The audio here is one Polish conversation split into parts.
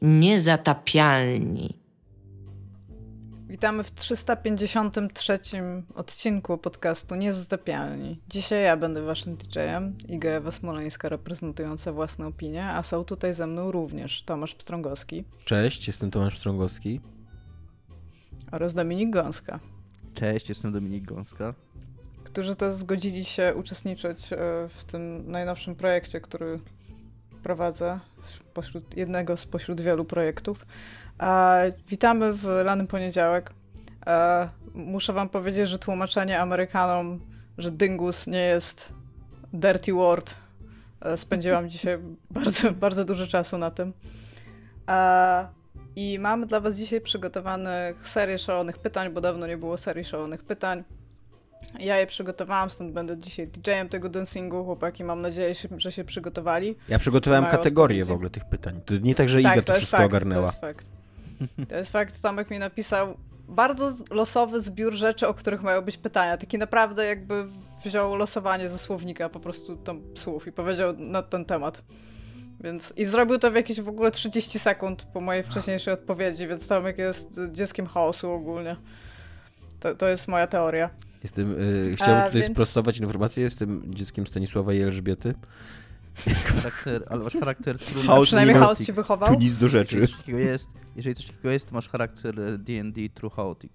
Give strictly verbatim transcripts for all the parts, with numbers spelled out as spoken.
Niezatapialni. Witamy w trzysta pięćdziesiątym trzecim odcinku podcastu Niezatapialni. Dzisiaj ja będę waszym D J-em, Iga Ewa Smoleńska reprezentująca własne opinie, a są tutaj ze mną również Tomasz Pstrągowski. Cześć, jestem Tomasz Pstrągowski. Oraz Dominik Gąska. Cześć, jestem Dominik Gąska. Którzy też zgodzili się uczestniczyć w tym najnowszym projekcie, który prowadzę, pośród jednego z pośród wielu projektów. E, witamy w lany poniedziałek. E, muszę wam powiedzieć, że tłumaczenie Amerykanom, że dyngus nie jest dirty word, e, spędziłam dzisiaj bardzo, bardzo dużo czasu na tym. E, I mamy dla was dzisiaj przygotowanych serię szalonych pytań, bo dawno nie było serii szalonych pytań. Ja je przygotowałam, stąd będę dzisiaj D J-em tego dancingu. Chłopaki, mam nadzieję, że się przygotowali. Ja przygotowałem kategorię w ogóle tych pytań. To nie tak, że tak, Iga to, to wszystko fakt, ogarnęła. To jest fakt. To jest fakt. Tomek mi napisał bardzo losowy zbiór rzeczy, o których mają być pytania. Taki naprawdę jakby wziął losowanie ze słownika, po prostu tam słów i powiedział na ten temat. Więc i zrobił to w jakieś w ogóle trzydzieści sekund po mojej wcześniejszej odpowiedzi, więc Tomek jest dzieckiem chaosu ogólnie. To, to jest moja teoria. Jestem, y, chciałbym A, tutaj więc... sprostować informację, jestem dzieckiem Stanisława i Elżbiety. Charakter, ale masz charakter trudny. Chaos, przynajmniej chaos ci wychował? Tu nic do rzeczy. Jeżeli coś takiego jest, jeżeli coś takiego jest, to masz charakter D and D True Chaotic.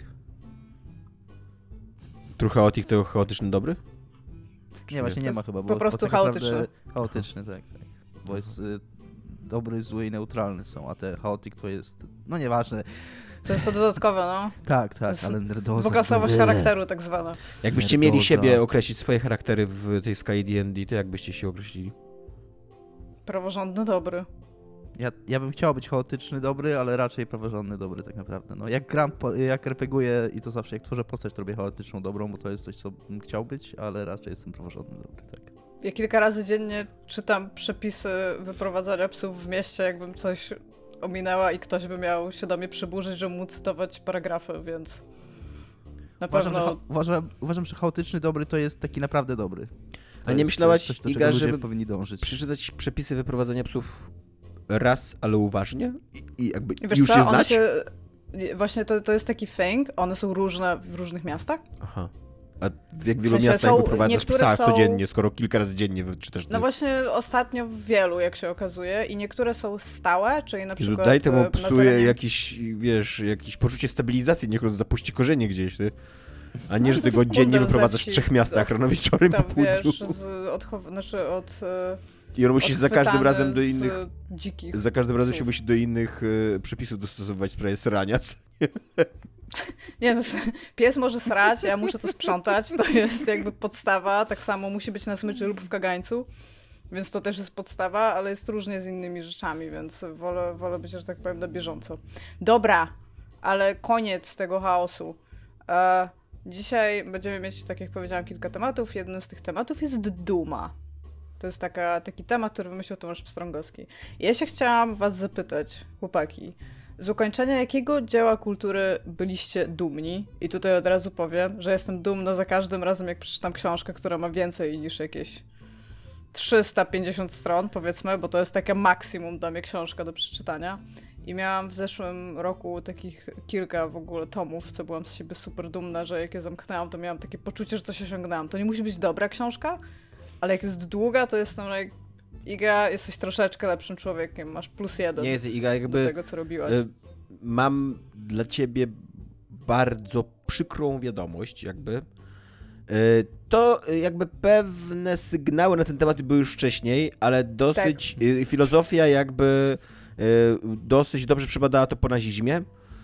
True Chaotic to chaotyczny dobry? Czy nie, właśnie nie ma chyba, bo po prostu tak chaotyczny. Chaotyczny, tak, tak. Bo jest y, dobry, zły i neutralny są, a te chaotic to jest, no nieważne. To jest to dodatkowe, no. Tak, tak, ale nerdoza. Dwuklasowość charakteru tak zwana. Jakbyście nerdoza. mieli siebie określić, swoje charaktery w tej skali D and D, to jak byście się określili? Praworządny dobry. Ja, ja bym chciał być chaotyczny dobry, ale raczej praworządny dobry tak naprawdę. No, jak gram, jak er pe gu ję i to zawsze jak tworzę postać, to robię chaotyczną dobrą, bo to jest coś, co bym chciał być, ale raczej jestem praworządny dobry, tak. Ja kilka razy dziennie czytam przepisy wyprowadzania psów w mieście, jakbym coś ominęła i ktoś by miał się do mnie przyburzyć, żeby móc cytować paragrafy, więc na uważam, pewno... Że, uważam, uważam, że chaotyczny dobry to jest taki naprawdę dobry. To A nie jest, myślałaś, coś, do Iga, ludzie żeby powinni dążyć. przeczytać przepisy wyprowadzania psów raz, ale uważnie? I, i jakby Wiesz już co? je One znać? się... Właśnie to, to jest taki thing, one są różne w różnych miastach. Aha. A w jak wielu sensie miastach są- wyprowadzasz niektóre psa są- codziennie, skoro kilka razy dziennie czytasz? No właśnie ostatnio w wielu, jak się okazuje, i niektóre są stałe, czyli na Jezu, przykład... daj temu e, na psu terenie... jakiś, wiesz, jakieś poczucie stabilizacji, niech on zapuści korzenie gdzieś, ty. A nie, No, że to ty go jest dziennie bundel wyprowadzasz w ze wsi. trzech miastach, rano wieczorem po Tam, południu. wiesz, z odchow... znaczy od... e, I on musi za każdym odchwytany razem do z innych... dzikich Za każdym razem psów. się musi do innych e, przepisów dostosowywać w sprawie srania. Nie, no, pies może srać, ja muszę to sprzątać, to jest jakby podstawa, tak samo musi być na smyczy lub w kagańcu, więc to też jest podstawa, ale jest różnie z innymi rzeczami, więc wolę, wolę być, że tak powiem, na bieżąco. Dobra, ale koniec tego chaosu. E, dzisiaj będziemy mieć, tak jak powiedziałam, kilka tematów. Jednym z tych tematów jest duma. To jest taka, taki temat, który wymyślił Tomasz Pstrągowski. Ja się chciałam was zapytać, chłopaki, z ukończenia jakiego dzieła kultury byliście dumni? I tutaj od razu powiem, że jestem dumna za każdym razem, jak przeczytam książkę, która ma więcej niż jakieś trzysta pięćdziesiąt stron, powiedzmy, bo to jest takie maksimum dla mnie książka do przeczytania. I miałam w zeszłym roku takich kilka w ogóle tomów, co byłam z siebie super dumna, że jak je zamknęłam, to miałam takie poczucie, że coś osiągnęłam. To nie musi być dobra książka, ale jak jest długa, to jestem jak Iga, jesteś troszeczkę lepszym człowiekiem, masz plus jeden Nie jest Iga, jakby... do tego, co robiłaś. Y, mam dla ciebie bardzo przykrą wiadomość, jakby. Y, to jakby pewne sygnały na ten temat były już wcześniej, ale dosyć... Tak. Y, filozofia jakby y, dosyć dobrze przebadała to po nazizmie.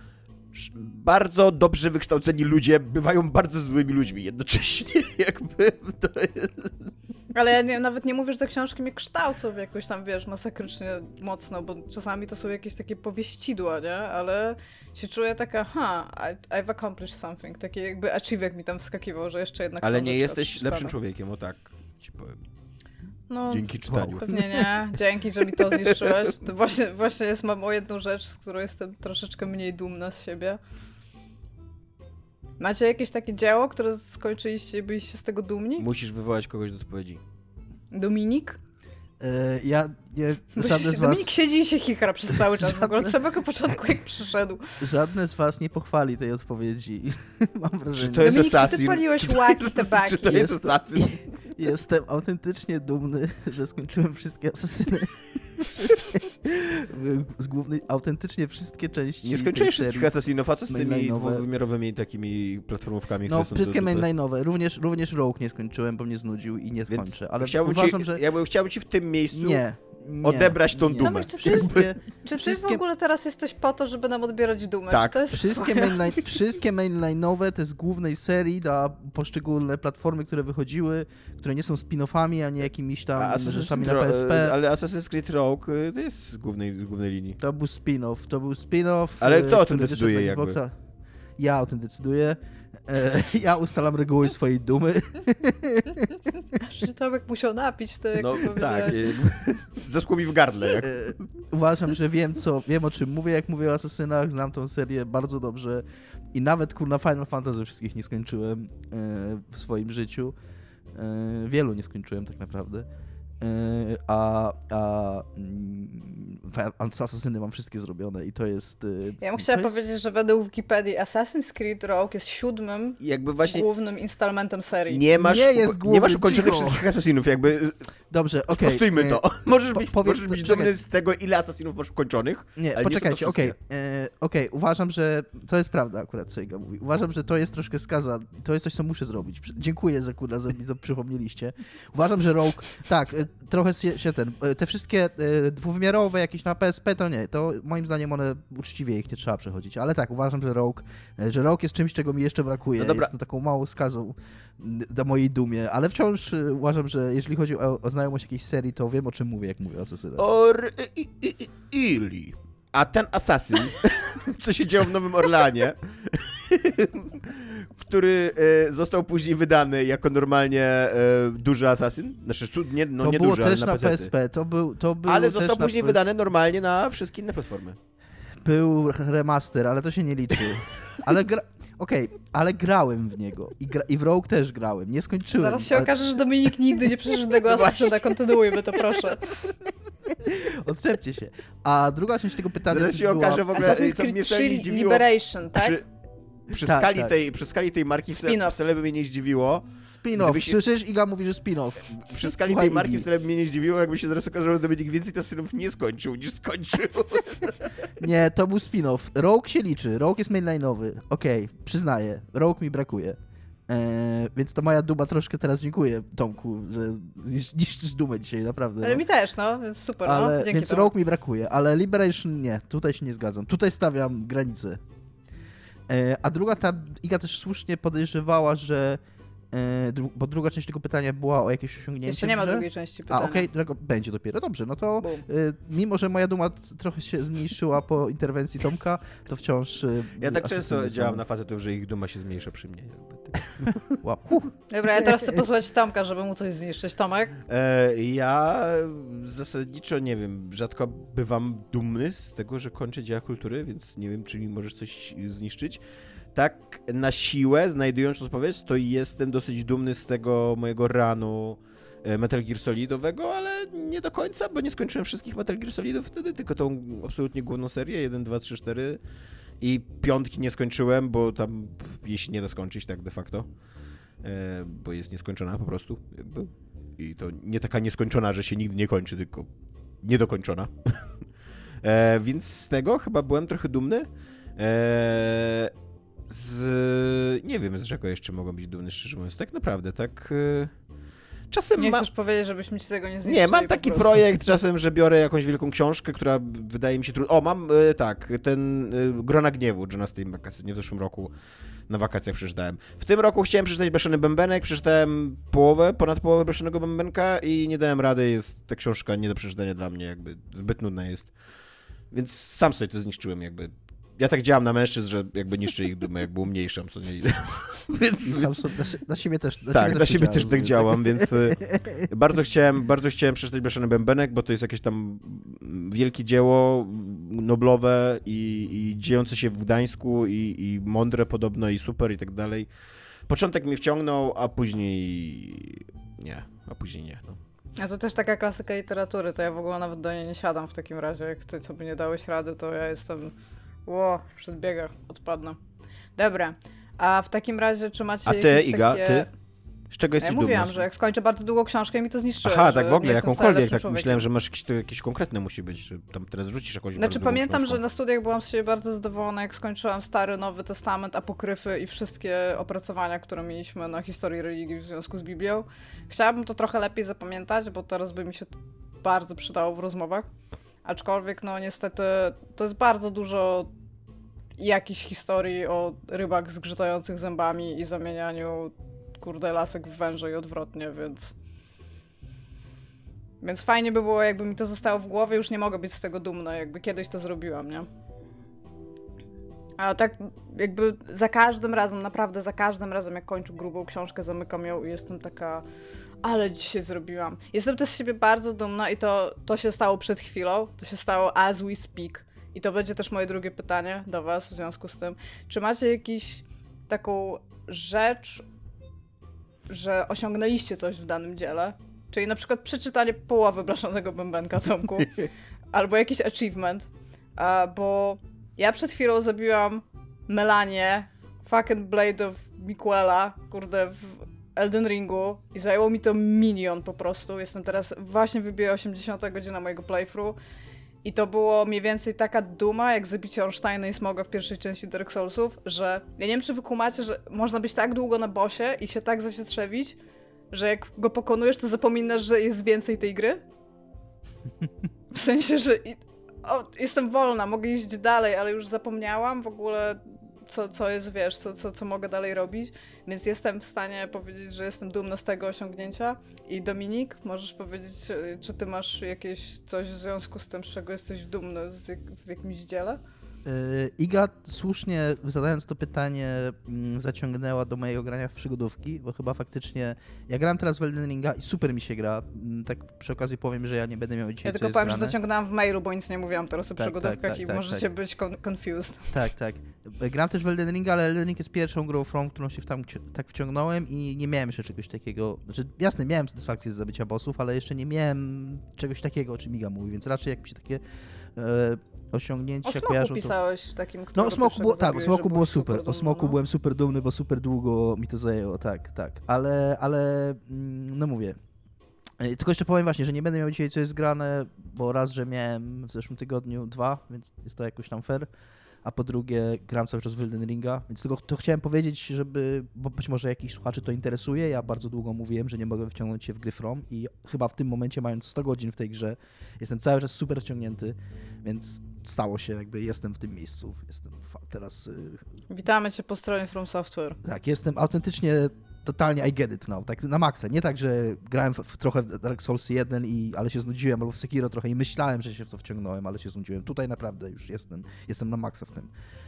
Bardzo dobrze wykształceni ludzie bywają bardzo złymi ludźmi jednocześnie, jakby to jest... Ale ja nie, nawet nie mówię, że te książki mnie kształcą w jakoś tam, wiesz, masakrycznie mocno, bo czasami to są jakieś takie powieścidła, nie? Ale się czuję taka, ha, I've accomplished something. Taki jakby achievement mi tam wskakiwał, że jeszcze jedna książka. Ale nie jesteś przeczytana. lepszym człowiekiem, o tak ci powiem. No, Dzięki czytaniu. pewnie nie. Dzięki, że mi to zniszczyłeś. To właśnie, właśnie jest, mam o jedną rzecz, z którą jestem troszeczkę mniej dumna z siebie. Macie jakieś takie dzieło, które skończyliście i byliście z tego dumni? Musisz wywołać kogoś do odpowiedzi. Dominik? E, ja nie, Bo żadne z was, Dominik siedzi i się chichra przez cały czas, w ogóle od Żadne- samego początku jak przyszedł. żadne z was nie pochwali tej odpowiedzi. Mam wrażenie. to jest Dominik, czy ty Assassin? paliłeś Czy to łaki jest- tabaki? Czy to jest Jest- Assassin? Jestem autentycznie dumny, że skończyłem wszystkie asesyny. Z głównej, autentycznie wszystkie części Nie skończyłeś tej wszystkich serii. Assassinów, a co z tymi mainline'owe. dwuwymiarowymi takimi platformówkami, No, które są wszystkie do dupy? mainline'owe. Również, również Rogue nie skończyłem, bo mnie znudził i nie Więc skończę. Ale chciałbym uważam, ci, że... Ja bym, chciałbym ci w tym miejscu Nie. nie odebrać tą nie. dumę. Tomek, czy ty- Wszystkie, Czy ty Wszystkie- w ogóle teraz jesteś po to, żeby nam odbierać dumę? Tak. Czy to jest Wszystkie, twoja... mainline, wszystkie mainline'owe, te z głównej serii na poszczególne platformy, które wychodziły, które nie są spin-offami, a nie jakimiś A tam Assassin's rzeczami Creed na Ro- P S P. Ale Assassin's Creed Rogue y, to jest z głównej, z głównej linii. To był spin-off, to był spin-off. Ale e, kto o tym który wyszedł decyduje na jakby? Xboxa. Ja o tym decyduję. E, ja ustalam reguły swojej dumy. Że Tomek musiał napić, to jak No ty tak, powiedziałeś. y, zaschło mi w gardle. Jak... E, uważam, że wiem co, wiem o czym mówię, jak mówię o Asasynach, znam tą serię bardzo dobrze i nawet kurna Final Fantasy wszystkich nie skończyłem e, w swoim życiu. E, wielu nie skończyłem tak naprawdę. E, a a mm, Asasyny mam wszystkie zrobione i to jest... e, Ja bym to chciała jest... powiedzieć, że według Wikipedii Assassin's Creed Rogue jest siódmym Jakby właśnie głównym instalmentem serii. nie masz, Nie jest uko- nie masz główny, ukończonych cicho. wszystkich Assassinów, jakby Dobrze, okej. sprostujmy e, to. Możesz po- być, powiem- możesz być czekaj. dumny z tego, ile Assassinów masz ukończonych. Nie, Ale nie są to poczekajcie, okej, wszystkie. e, okej, uważam, że to jest prawda akurat, co Iga mówi. Uważam, że to jest troszkę skaza, to jest coś, co muszę zrobić. Przy- Dziękuję za kurwa, że mi to przypomnieliście. Uważam, że Rogue, tak, e, trochę się, się ten, e, te wszystkie e, dwuwymiarowe jakieś na P S P to nie, to moim zdaniem one uczciwie ich nie trzeba przechodzić, ale tak, uważam, że Rogue, e, że Rogue jest czymś, czego mi jeszcze brakuje, No dobra. jest to taką małą skazą m, na mojej dumie, ale wciąż e, uważam, że jeżeli chodzi o, o znajomość jakiejś serii, to wiem, o czym mówię, jak mówię o Asasynach. Or... I, i, i, ili. A ten Assassin, co się działo w Nowym Orleanie, który e, został później wydany jako normalnie e, duży Assassin, znaczy su- nie, no to nie było duży, też ale na na P S P, to był, to był Ale też został na później P S P. wydany normalnie na wszystkie inne platformy. Był remaster, ale to się nie liczy. Ale gra... Okej, ale grałem w niego. I, gra... I w Rogue też grałem. Nie skończyłem. Zaraz się ale... okaże, że Dominik nigdy nie przeszedł tego No właśnie. Assassina. Kontynuujmy to, proszę. Odczepcie się. A druga część tego pytania Zaraz się była... okaże w ogóle, Assassin's co mnie Creed wcale nie trzy zdziwiło. Liberation, tak? Przy, przy, Tak, skali tak. tej, przy skali tej marki wcale, Spin-off. wcale by mnie nie zdziwiło. Spin-off. Gdyby się- Słyszysz? Iga mówi, że spin-off. Przy skali Słuchaj, tej marki Igi. wcale by mnie nie zdziwiło, jakby się zaraz okazało, że Dominik więcej Assassinów nie skończył niż skończył. Nie, to był spin-off. Rogue się liczy. Rogue jest mainline'owy. Okej, przyznaję. Rogue mi brakuje. Eee, więc to moja duma troszkę teraz dziękuję, Tomku, że znisz- niszczysz dumę dzisiaj, naprawdę. Ale no. mi też, no, więc super, Ale, no. Dzięki więc Tomek. Rogue mi brakuje, ale Liberation nie, tutaj się nie zgadzam. Tutaj stawiam granicę. E, a druga, ta Iga też słusznie podejrzewała, że e, dru, bo druga część tego pytania była o jakieś osiągnięcie. Jeszcze nie ma w grze. drugiej części A, pytania. okej, okay, będzie dopiero. Dobrze, no to Boom. e, mimo, że moja duma t- trochę się zmniejszyła po interwencji Tomka, to wciąż... E, Ja tak asesyny często są- działam na facetów, że ich duma się zmniejsza przy mnie. Jakby tak. Wow. Huh. Dobra, ja teraz chcę posłuchać Tomka, żeby mu coś zniszczyć. Tomek? E, ja zasadniczo nie wiem, rzadko bywam dumny z tego, że kończę dzieła kultury, więc nie wiem, czy mi możesz coś zniszczyć. Tak na siłę, znajdując odpowiedź, to jestem dosyć dumny z tego mojego runu e, Metal Gear Solidowego, ale nie do końca, bo nie skończyłem wszystkich Metal Gear Solidów wtedy, tylko tą absolutnie główną serię, jeden, dwa, trzy, cztery i piątki nie skończyłem, bo tam jej się nie da skończyć tak de facto, e, bo jest nieskończona po prostu, jakby. I to nie taka nieskończona, że się nigdy nie kończy, tylko niedokończona. e, więc z tego chyba byłem trochę dumny. E, z... Nie wiem, z czego jeszcze mogłem być dumny, szczerze mówiąc. Tak naprawdę, tak... E, czasem Nie ma... chcesz powiedzieć, żebyśmy ci tego nie zniszczyli? Nie, mam po taki prostu. projekt czasem, że biorę jakąś wielką książkę, która wydaje mi się trudna. O, mam e, tak, ten e, Grona Gniewu Johna Steinbecka, nie w zeszłym roku na wakacjach przeczytałem. W tym roku chciałem przeczytać Blaszany Bębenek, przeczytałem połowę, ponad połowę Blaszanego Bębenka i nie dałem rady, jest ta książka nie do przeczytania dla mnie, jakby zbyt nudna jest. Więc sam sobie to zniszczyłem, jakby. Ja tak działam na mężczyzn, że jakby niszczę ich dumę, jakby umniejszam, co nie. Więc... I sam sobie, na, si- na siebie też na Tak, siebie na też siebie to też działam, tak rozumiem, działam, więc y, bardzo chciałem, bardzo chciałem przeczytać Blaszany Bębenek, bo to jest jakieś tam wielkie dzieło noblowe i, i dziejące się w Gdańsku i, i mądre podobno i super i tak dalej. Początek mnie wciągnął, a później nie, a później nie. No. A to też taka klasyka literatury, to ja w ogóle nawet do niej nie siadam w takim razie. Jak ty sobie nie dałeś rady, to ja jestem ło, w przedbiegach, odpadnę. Dobra, a w takim razie czy macie A ty, jakieś Iga, takie... ty? Z czego jesteś Ja dumna? mówiłam, że jak skończę bardzo długą książkę mi to zniszczyło. Aha, tak w ogóle, nie jestem wcale jakąkolwiek. lepszym Tak człowiekiem. myślałem, że masz jakieś, to jakieś konkretne musi być, że tam teraz rzucisz jakąś Znaczy bardzo długą pamiętam, książkę. że na studiach byłam z siebie bardzo zadowolona, jak skończyłam Stary, Nowy Testament, Apokryfy i wszystkie opracowania, które mieliśmy na historii religii w związku z Biblią. Chciałabym to trochę lepiej zapamiętać, bo teraz by mi się to bardzo przydało w rozmowach. Aczkolwiek, no niestety, to jest bardzo dużo jakichś historii o rybach zgrzytających zębami i zamienianiu, kurde, lasek w węże i odwrotnie, więc... Więc fajnie by było, jakby mi to zostało w głowie, już nie mogę być z tego dumna, jakby kiedyś to zrobiłam, nie? A tak jakby za każdym razem, naprawdę za każdym razem, jak kończę grubą książkę, zamykam ją i jestem taka, ale dzisiaj zrobiłam. Jestem też z siebie bardzo dumna i to, to się stało przed chwilą, to się stało as we speak. I to będzie też moje drugie pytanie do was w związku z tym. Czy macie jakąś taką rzecz, że osiągnęliście coś w danym dziele? Czyli na przykład przeczytanie połowy Blaszanego Bębenka, Tomku. Albo jakiś achievement. A, bo ja przed chwilą zabiłam Melanię, fucking Blade of Mikuela, kurde, w Elden Ringu i zajęło mi to milion po prostu. Jestem teraz, właśnie wybiję osiemdziesiąta godzina mojego playthrough i to było mniej więcej taka duma, jak zabicie Ornsteina i Smoga w pierwszej części Dark Soulsów, że ja nie wiem, czy wy kumacie, że można być tak długo na bossie i się tak zacietrzewić, że jak go pokonujesz, to zapominasz, że jest więcej tej gry? W sensie, że i, o, jestem wolna, mogę iść dalej, ale już zapomniałam w ogóle, co, co jest, wiesz, co, co, co mogę dalej robić, więc jestem w stanie powiedzieć, że jestem dumna z tego osiągnięcia. I Dominik, możesz powiedzieć, czy ty masz jakieś coś w związku z tym, z czego jesteś dumny z, w jakimś dziele? Iga słusznie, zadając to pytanie, zaciągnęła do mojego grania w przygodówki, bo chyba faktycznie ja gram teraz w Elden Ringa i super mi się gra. Tak przy okazji powiem, że ja nie będę miał dzisiaj Ja tylko co powiem, jest że zaciągnęłam w mailu, bo nic nie mówiłam teraz o tak, przygodówkach tak, tak, i tak, możecie tak. być con- confused. Tak, tak. Gram też w Elden Ringa, ale Elden Ring jest pierwszą grą From, którą się tam tak wciągnąłem i nie miałem jeszcze czegoś takiego. Znaczy, jasne, miałem satysfakcję z zabicia bossów, ale jeszcze nie miałem czegoś takiego, o czym Iga mówi, więc raczej jak mi się takie e, osiągnięcia o Smoku kojarzą, pisałeś to... takim, który No o Smoku było, tak, o Smoku było super. dumny, O Smoku no. byłem super dumny, bo super długo mi to zajęło, tak, tak. Ale, ale no mówię. Tylko jeszcze powiem właśnie, że nie będę miał dzisiaj co jest grane, bo raz, że miałem w zeszłym tygodniu dwa, więc jest to jakoś tam fair. A po drugie gram cały czas w Elden Ringa, więc tylko to chciałem powiedzieć, żeby, bo być może jakichś słuchaczy to interesuje, ja bardzo długo mówiłem, że nie mogę wciągnąć się w gry From i chyba w tym momencie, mając sto godzin w tej grze, jestem cały czas super wciągnięty, więc stało się, jakby jestem w tym miejscu, jestem teraz... Witamy cię po stronie From Software. Tak, jestem autentycznie totalnie I get it now, tak na maksa. Nie tak, że grałem w, w trochę w Dark Souls jeden, i, ale się znudziłem, albo w Sekiro trochę i myślałem, że się w to wciągnąłem, ale się znudziłem. Tutaj naprawdę już jestem, jestem na maksa w tym.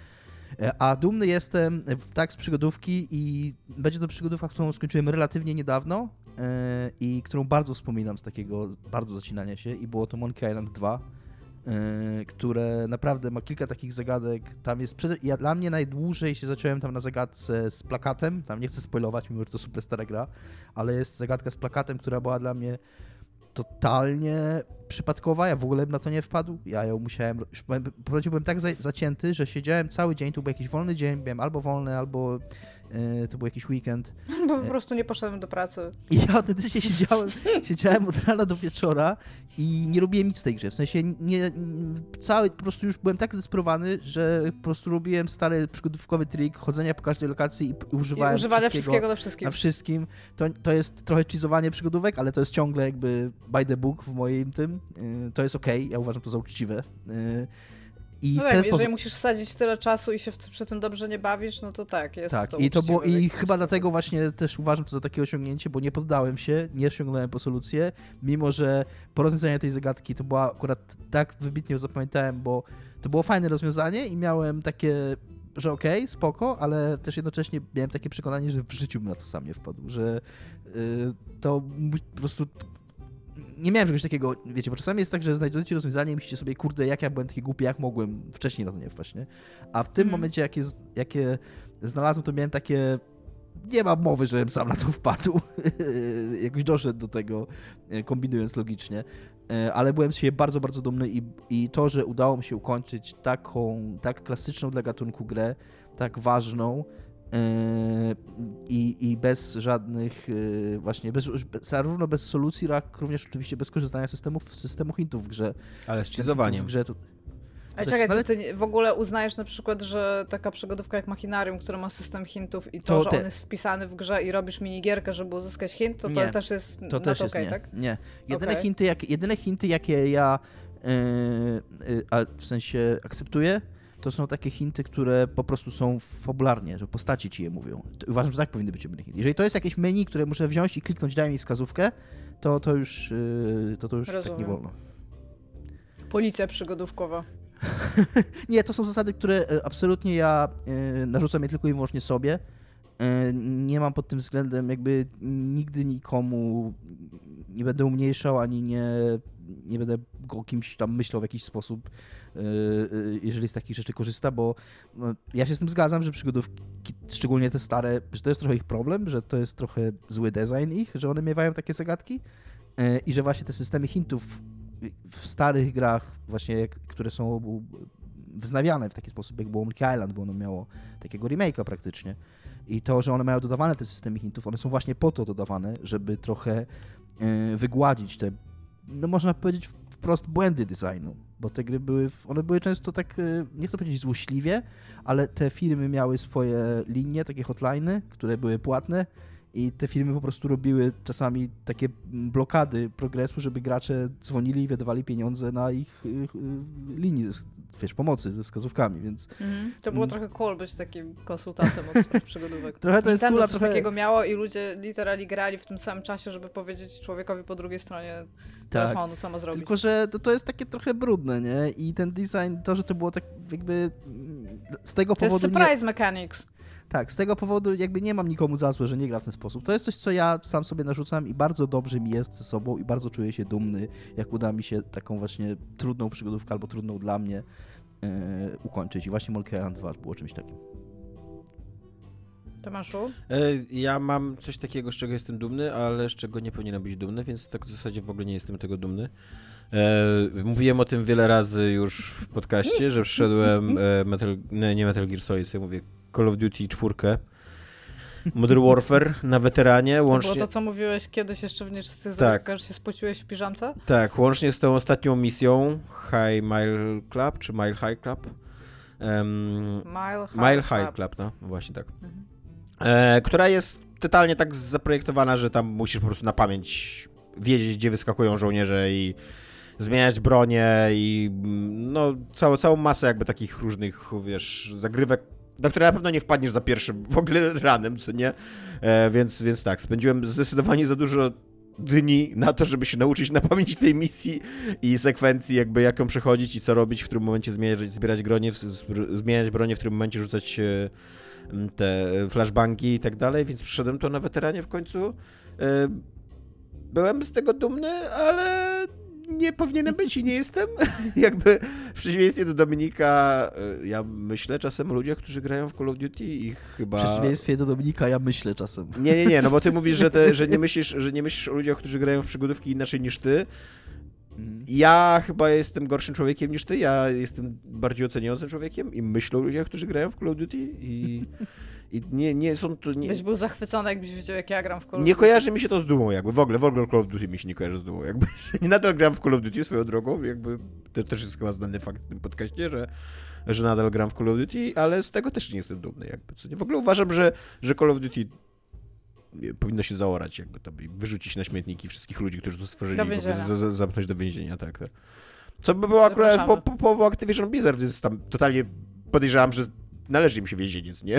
A dumny jestem tak z przygodówki i będzie to przygodówka, którą skończyłem relatywnie niedawno yy, i którą bardzo wspominam z takiego bardzo zacinania się i było to Monkey Island dwa. Yy, które naprawdę ma kilka takich zagadek. Tam jest, przed... ja dla mnie najdłużej się zacząłem tam na zagadce z plakatem, tam nie chcę spoilować, mimo że to super stara gra, ale jest zagadka z plakatem, która była dla mnie totalnie przypadkowa, ja w ogóle bym na to nie wpadł, ja ją musiałem, już byłem tak za... zacięty, że siedziałem cały dzień, tu był jakiś wolny dzień, byłem albo wolny, albo yy, to był jakiś weekend. Bo po prostu nie poszedłem do pracy. I ja autentycznie siedziałem, siedziałem od rana do wieczora i nie robiłem nic w tej grze. W sensie nie, cały, po prostu już byłem tak zdesperowany, że po prostu robiłem stary przygodówkowy trik chodzenia po każdej lokacji i używałem I używania wszystkiego, wszystkiego do wszystkiego. na wszystkim. To, to jest trochę cheezowanie przygodówek, ale to jest ciągle jakby by the book w moim tym. Yy, to jest okej, okay, ja uważam to za uczciwe. Yy, I no w tak, ten jeżeli sposób... musisz wsadzić tyle czasu i się w, przy tym dobrze nie bawisz, no to tak, jest tak, to i to było, uczciwe w i jakimś chyba sposób. dlatego właśnie też uważam to za takie osiągnięcie, bo nie poddałem się, nie osiągnąłem po solucję, mimo że po rozwiązaniu tej zagadki to była akurat tak wybitnie ją zapamiętałem, bo to było fajne rozwiązanie i miałem takie, że okej, okay, spoko, ale też jednocześnie miałem takie przekonanie, że w życiu bym na to sam nie wpadł, że yy, to po prostu... Nie miałem czegoś takiego, wiecie, bo czasami jest tak, że znajdujecie rozwiązanie i myślicie sobie, kurde, jak ja byłem taki głupi, jak mogłem wcześniej na to nie wpaść, nie? A w tym Mm. momencie, jakie, jakie znalazłem, to miałem takie, nie ma mowy, żebym sam na to wpadł. Jakoś doszedł do tego, kombinując logicznie. Ale byłem z siebie bardzo, bardzo dumny i, i to, że udało mi się ukończyć taką, tak klasyczną dla gatunku grę, tak ważną i, i bez żadnych właśnie, bez, zarówno bez solucji, jak również oczywiście bez korzystania z systemów, systemu hintów w grze. Ale z cheezowaniem. W grze to, Ale czekaj, to ty w ogóle uznajesz na przykład, że taka przygodówka jak Machinarium, która ma system hintów i to, to że te... on jest wpisany w grze i robisz minigierkę, żeby uzyskać hint, to nie, to też jest to też to jest okay, nie, tak? Nie. Jedyne, okay. hinty, jak, jedyne hinty, jakie ja yy, yy, a w sensie akceptuję, to są takie hinty, które po prostu są fabularnie, że postaci ci je mówią. Uważam, że tak powinny być jedyne hinty. Jeżeli to jest jakieś menu, które muszę wziąć i kliknąć, daj mi wskazówkę, to, to już, yy, to, to już tak nie wolno. Policja przygodówkowa. Nie, to są zasady, które absolutnie ja y, narzucam je tylko i wyłącznie sobie. Y, nie mam pod tym względem jakby nigdy nikomu nie będę umniejszał, ani nie, nie będę o kimś tam myślał w jakiś sposób, y, y, jeżeli z takich rzeczy korzysta, bo y, ja się z tym zgadzam, że przygodówki, szczególnie te stare, że to jest trochę ich problem, że to jest trochę zły design ich, że one miewają takie zagadki y, i że właśnie te systemy hintów w starych grach właśnie, które są wznawiane w taki sposób, jak było Monkey Island, bo ono miało takiego remake'a praktycznie. I to, że one mają dodawane te systemy hintów, one są właśnie po to dodawane, żeby trochę yy, wygładzić te, no można powiedzieć wprost, błędy designu, bo te gry były, one były często tak, yy, nie chcę powiedzieć złośliwie, ale te firmy miały swoje linie, takie hotline'y, które były płatne, i te firmy po prostu robiły czasami takie blokady progresu, żeby gracze dzwonili i wydawali pieniądze na ich, ich, ich linii, wiesz, pomocy ze wskazówkami, więc... Mm-hmm. To było trochę cool być takim konsultantem od spraw przygodówek. Trochę to jest Nintendo cool, coś trochę... takiego miało i ludzie literalnie grali w tym samym czasie, żeby powiedzieć człowiekowi po drugiej stronie telefonu, tak, co ma zrobić. Tylko, że to, to jest takie trochę brudne, nie? I ten design, to, że to było tak jakby z tego to powodu... To jest surprise nie... mechanics. Tak, z tego powodu jakby nie mam nikomu za złe, że nie gra w ten sposób. To jest coś, co ja sam sobie narzucam i bardzo dobrze mi jest ze sobą i bardzo czuję się dumny, jak uda mi się taką właśnie trudną przygodówkę albo trudną dla mnie yy, ukończyć. I właśnie Monkey Island dwa było czymś takim. Tomaszu? Ja mam coś takiego, z czego jestem dumny, ale z czego nie powinienem być dumny, więc tak w zasadzie w ogóle nie jestem tego dumny. E, mówiłem o tym wiele razy już w podcaście, że wszedłem e, Metal, nie, nie Metal Gear Solid, ja mówię Call of Duty cztery, Modern Warfare na weteranie. Łącznie... To było to, co mówiłeś kiedyś jeszcze w Nieczystych Zabawkach, że się spociłeś w piżamce? Tak, łącznie z tą ostatnią misją High Mile Club, czy Mile High Club? Um, Mile High, Mile High Club. Club, no właśnie tak. Mhm. E, która jest totalnie tak zaprojektowana, że tam musisz po prostu na pamięć wiedzieć, gdzie wyskakują żołnierze i zmieniać bronię i no całą, całą masę jakby takich różnych, wiesz, zagrywek, na które na pewno nie wpadniesz za pierwszym w ogóle ranem, co nie? E, więc, więc tak, spędziłem zdecydowanie za dużo dni na to, żeby się nauczyć na pamięć tej misji i sekwencji, jakby jak ją przechodzić i co robić, w którym momencie zmierać, zbierać bronię, zmieniać bronię, w którym momencie rzucać te flashbangi i tak dalej, więc przyszedłem to na weteranie w końcu. Byłem z tego dumny, ale nie powinienem być i nie jestem. Jakby w przeciwieństwie do Dominika, ja myślę czasem o ludziach, którzy grają w Call of Duty i chyba... W przeciwieństwie do Dominika ja myślę czasem. Nie, nie, nie, no bo ty mówisz, że, te, że, nie myślisz, że nie myślisz o ludziach, którzy grają w przygodówki inaczej niż ty. Ja chyba jestem gorszym człowiekiem niż ty, ja jestem bardziej oceniającym człowiekiem i myślę o ludziach, którzy grają w Call of Duty i, i nie, nie są to... Nie... Byś był zachwycony, jakbyś wiedział, jak ja gram w Call of Duty. Nie kojarzy mi się to z dumą jakby, w ogóle, w ogóle Call of Duty mi się nie kojarzy z dumą jakby. Nadal gram w Call of Duty swoją drogą, jakby to też jest chyba znany fakt w tym podcaście, że, że nadal gram w Call of Duty, ale z tego też nie jestem dumny jakby. Co nie? W ogóle uważam, że, że Call of Duty powinno się zaorać jakby to i wyrzucić na śmietniki wszystkich ludzi, którzy to stworzyli, do więzienia. Z, z, zamknąć do więzienia, tak, tak. Co by było akurat po, po, po Activision Blizzard, więc tam totalnie podejrzewam, że należy im się więzieniec, nie?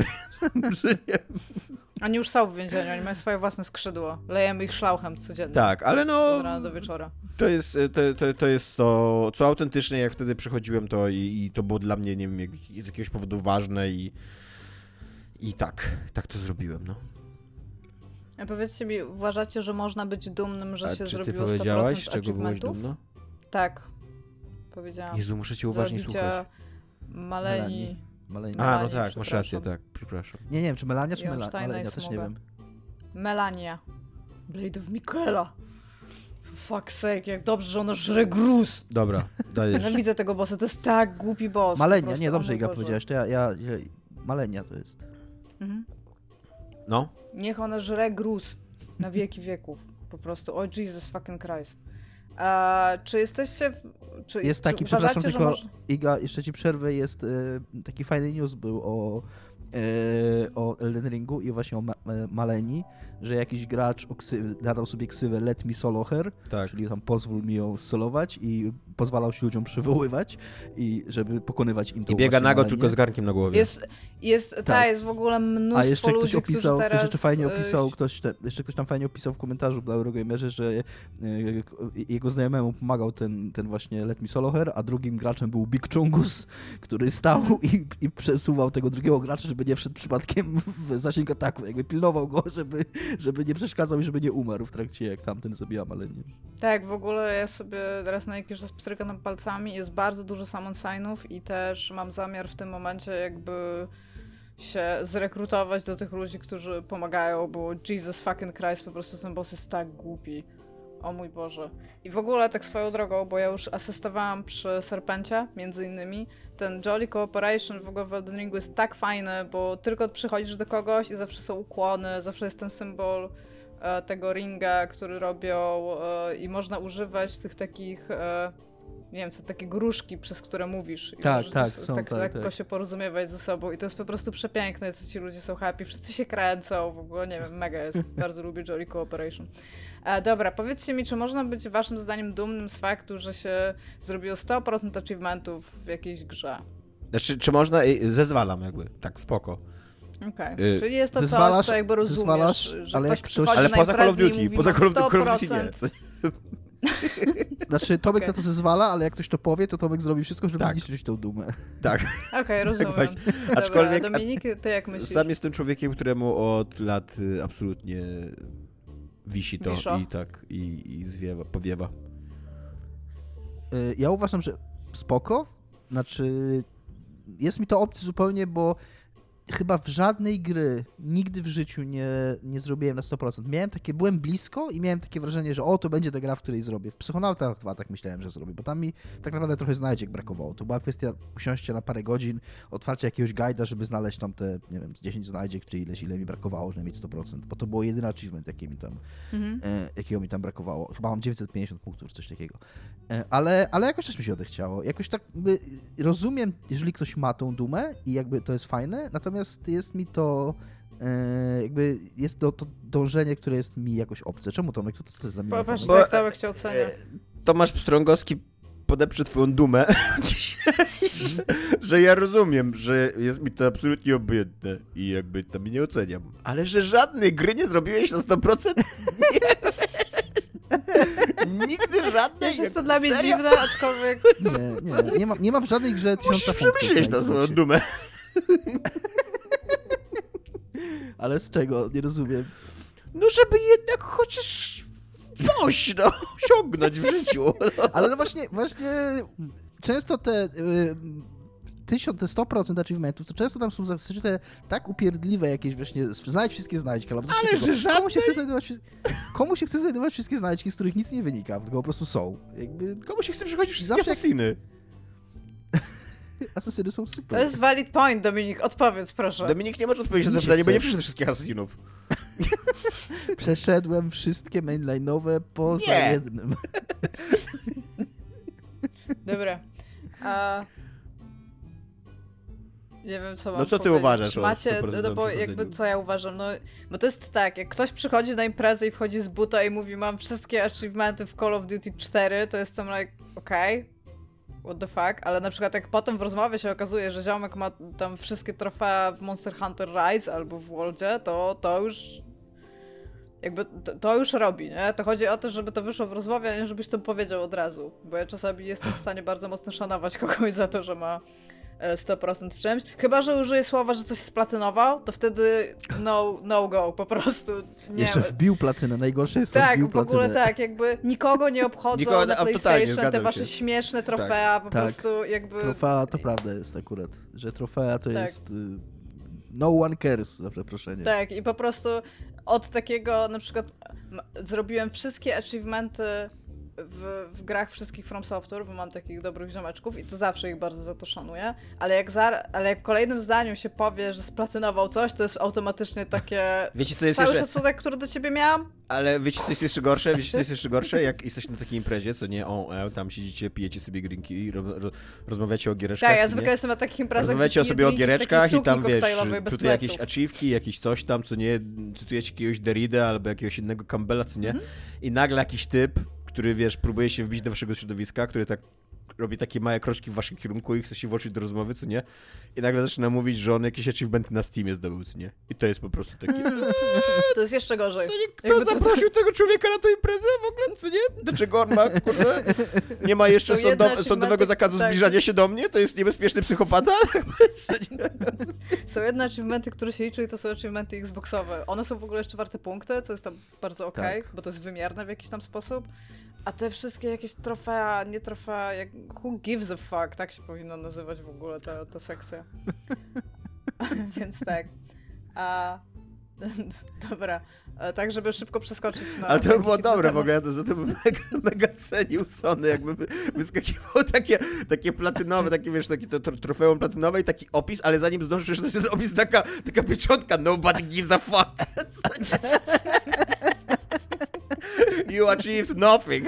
Oni już są w więzieniu, oni mają swoje własne skrzydło. Lejemy ich szlauchem codziennie. Tak, ale no... Od rana do wieczora. To jest to, to, to, jest to co autentycznie, jak wtedy przychodziłem, to i, i to było dla mnie, nie wiem, jak, z jakiegoś powodu ważne i i tak, tak to zrobiłem, no. A powiedzcie mi, uważacie, że można być dumnym, że A się czy zrobiło ty powiedziałaś, sto z procent czego byłeś achievementów? dumna? Tak, powiedziałam. Jezu, muszę cię uważnie Zabicia słuchać. Maleni. Malenia. A, no Melanie, tak, masz rację, przepraszam. tak, przepraszam. Nie, nie wiem, czy Melania, czy I Mela... Einsteina Malenia, i też nie Smoga. wiem. Melania. Blade of Michaela. For fuck's sake, jak dobrze, że ona żre gruz. Dobra, dajesz. Ja widzę tego bossa, to jest tak głupi boss. po Malenia, prostu, nie, o dobrze mój Iga Boże. powiedziałeś, to ja, ja, ja... Malenia to jest. Mhm. No. Niech ona żre gruz na wieki wieków. Po prostu, oh Jesus fucking Christ. A, czy jesteście... W, czy, Jest czy taki, przepraszam, uważacie, że tylko może... Iga, jeszcze ci przerwę, jest e, taki fajny news był o, e, o Elden Ringu i właśnie o Ma- e, Maleni, że jakiś gracz oksy- nadał sobie ksywę Let Me Solo Her, Tak. czyli tam pozwól mi ją solować i pozwalał się ludziom przywoływać i żeby pokonywać im to I biega właśnie nago Malenię. tylko z garnkiem na głowie. Jest, jest, tak. ta, jest w ogóle mnóstwo A jeszcze ktoś ludzi, opisał, którzy teraz... ktoś jeszcze fajnie y, opisał, ktoś, te, jeszcze ktoś tam fajnie opisał w komentarzu dla Eurogamerze, że e, jego znajomemu pomagał ten, ten właśnie Let Me Solo Her, a drugim graczem był Big Chungus, który stał i, i przesuwał tego drugiego gracza, żeby nie wszedł przypadkiem w zasięg ataku, jakby pilnował go, żeby, żeby nie przeszkadzał i żeby nie umarł w trakcie, jak tamten zabija Malenię. Tak, w ogóle ja sobie raz na jakiś czas pstrykam palcami, jest bardzo dużo summon signów i też mam zamiar w tym momencie jakby się zrekrutować do tych ludzi, którzy pomagają, bo Jesus fucking Christ, po prostu ten boss jest tak głupi. O mój Boże. I w ogóle tak swoją drogą, bo ja już asystowałam przy Serpencie, między innymi, ten Jolly Cooperation w ogóle w Elden Ringu jest tak fajny, bo tylko przychodzisz do kogoś i zawsze są ukłony, zawsze jest ten symbol e, tego ringa, który robią e, i można używać tych takich, e, nie wiem co, takie gruszki, przez które mówisz. I Tak, możecie tak, s- są, tak tak, lekko tak. się porozumiewać ze sobą i to jest po prostu przepiękne, co ci ludzie są happy, wszyscy się kręcą, w ogóle nie wiem, mega jest. Bardzo lubię Jolly Cooperation. E, dobra, powiedzcie mi, czy można być waszym zdaniem dumnym z faktu, że się zrobiło sto procent achievementów w jakiejś grze? Znaczy, czy można... Ej, Zezwalam jakby, tak, spoko. Okej, Y, czyli jest to zezwalasz- coś, co jakby rozumiesz, zezwalasz, że ale ktoś jak ktoś- przychodzi Ale na poza Call of imprezę i Duty, mówi, poza mam Call of, Call of Duty sto procent. nie. Co- Znaczy, Tomek Okej. na to zezwala, ale jak ktoś to powie, to Tomek zrobi wszystko, żeby Tak. zniszczyć tą dumę. Tak. Okej, rozumiem. właśnie. Dobra, Aczkolwiek- Dominik, ty jak myślisz? Sam jestem człowiekiem, któremu od lat y, absolutnie wisi to Wiszo. i tak, i, i zwiewa, powiewa. Y, Ja uważam, że spoko. Znaczy, jest mi to obcy zupełnie, bo chyba w żadnej gry nigdy w życiu nie, nie zrobiłem na sto procent. Miałem takie, byłem blisko i miałem takie wrażenie, że o, to będzie ta gra, w której zrobię. W Psychonautach dwa tak myślałem, że zrobię, bo tam mi tak naprawdę trochę znajdziek brakowało. To była kwestia usiąścia na parę godzin, otwarcia jakiegoś guida, żeby znaleźć tam te, nie wiem, dziesięć znajdziek, czy ileś, ile mi brakowało, żeby mieć sto procent, bo to było jedyny achievement, jaki mi tam Mhm. e, jakiego mi tam brakowało. Chyba mam dziewięćset pięćdziesiąt punktów, czy coś takiego. E, ale, ale jakoś też mi się odechciało. Jakoś tak jakby rozumiem, jeżeli ktoś ma tą dumę i jakby to jest fajne, natomiast jest mi to e, jakby jest to, to dążenie, które jest mi jakoś obce. Czemu Tomek? Co to, co to jest za miła Popatrz, Tomek? Bo- tak Tomek cię ocenia. E, Tomasz Pstrągowski podeprze twoją dumę dzisiaj, że, że ja rozumiem, że jest mi to absolutnie obojętne i jakby tam mnie nie oceniam. Ale że żadnej gry nie zrobiłeś na sto procent? Nie. Nigdy żadnej? Też jest to Jak- dla mnie serio? dziwne, aczkolwiek... Nie, nie, nie ma, nie ma w żadnej grze tysiąca Musisz punktów. przemyśleć na na swoją Xboxie. dumę. Ale z czego? Nie rozumiem. No żeby jednak chociaż coś, no, osiągnąć w życiu. No. Ale no właśnie, właśnie często te y, tysiąc, te sto procent achievementów, to często tam są zaszyte tak upierdliwe jakieś właśnie, znajdź wszystkie znajdźki, albo coś Ale takiego. że komu się żadnej? chce znajdować, wszy- komu się chce znajdować wszystkie znajdźki, z których nic nie wynika, tylko po prostu są. Jakby Komu się chce przychodzić wszystkie Zawsze jak- asasyny? asesyny są super. To jest valid point, Dominik, odpowiedz proszę. Dominik nie może odpowiedzieć na to Mi się pytanie, bo chce. nie przyszedł wszystkich asasynów. Przeszedłem wszystkie mainline'owe poza Nie. jednym. Dobra. A... Nie wiem, co mam No co ty powiedzieć. uważasz o Macie, sto procent no bo przechodzeniu? jakby co ja uważam, no bo to jest tak, jak ktoś przychodzi na imprezę i wchodzi z buta i mówi, mam wszystkie achievementy w Call of Duty cztery, to jestem like, okej, okay, what the fuck, ale na przykład jak potem w rozmowie się okazuje, że ziomek ma tam wszystkie trofea w Monster Hunter Rise albo w Worldzie, to to już jakby to, to już robi, nie? To chodzi o to, żeby to wyszło w rozmowie, a nie żebyś to powiedział od razu, bo ja czasami jestem w stanie bardzo mocno szanować kogoś za to, że ma sto procent w czymś. Chyba że użyję słowa, że coś splatynował, to wtedy no, no go, po prostu. Nie. Jeszcze wbił platynę, najgorsze jest to, tak, wbił platynę. Tak, w ogóle tak, jakby nikogo nie obchodzą Nikogo, na a, PlayStation totalnie, te wasze się. śmieszne trofea, tak. po tak. prostu jakby... Trofea to prawda jest akurat, że trofea to tak. jest... Y, no one cares, za przeproszenie. Tak, i po prostu od takiego, na przykład zrobiłem wszystkie achievementy w, w grach wszystkich From Software, bo mam takich dobrych ziomeczków i to zawsze ich bardzo za to szanuję, ale jak, za, ale jak w kolejnym zdaniu się powie, że splatynował coś, to jest automatycznie takie... Wiecie, co jest Cały jeszcze... szacunek, który do ciebie miałam? Ale wiecie, co jest jeszcze gorsze? Wiecie, co jest jeszcze gorsze? Jak jesteś na takiej imprezie, co nie, o, e, tam siedzicie, pijecie sobie drinki i ro, ro, rozmawiacie o giereczkach. Tak, ja nie? zwykle jestem na takich imprezach, Rozmawiacie gdzie sobie o drinki w giereczkach takiej i tam, sukni wiesz, koktajlowej bez tutaj jakieś pleców. achievki, jakieś coś tam, co nie, cytujecie jakiegoś Derrida albo jakiegoś innego Campbella, co nie? Mm-hmm. I nagle jakiś typ, który, wiesz, próbuje się wbić do waszego środowiska, który tak robi takie małe kroczki w waszym kierunku i chce się włączyć do rozmowy, co nie? I nagle zaczyna mówić, że on jakieś achievementy na Steamie zdobył, co nie? I to jest po prostu takie... To jest jeszcze gorzej. Co nie, kto zaprosił to... tego człowieka na tą imprezę w ogóle, co nie? Do czego on ma, kurde? Nie ma jeszcze sądo- sądowego zakazu tak. zbliżania się do mnie? To jest niebezpieczny psychopata? Są jedne achievementy, które się liczą i to są achievementy Xboxowe. One są w ogóle jeszcze warte punkty, co jest tam bardzo okej, okay, tak. bo to jest wymierne w jakiś tam sposób. A te wszystkie jakieś trofea, nie trofea, jak who gives a fuck, tak się powinno nazywać w ogóle ta, ta sekcja. Więc tak. A... Dobra. Tak, żeby szybko przeskoczyć na... Ale to by było dobre w ogóle, ja to za to bym mega, mega cenił Sony, jakby wyskakiwało takie, takie platynowe, takie wiesz, takie to, to, trofeum platynowe i taki opis, ale zanim zdążysz przeczytać ten opis, taka, taka pieczątka, nobody gives a fuck. You achieved nothing.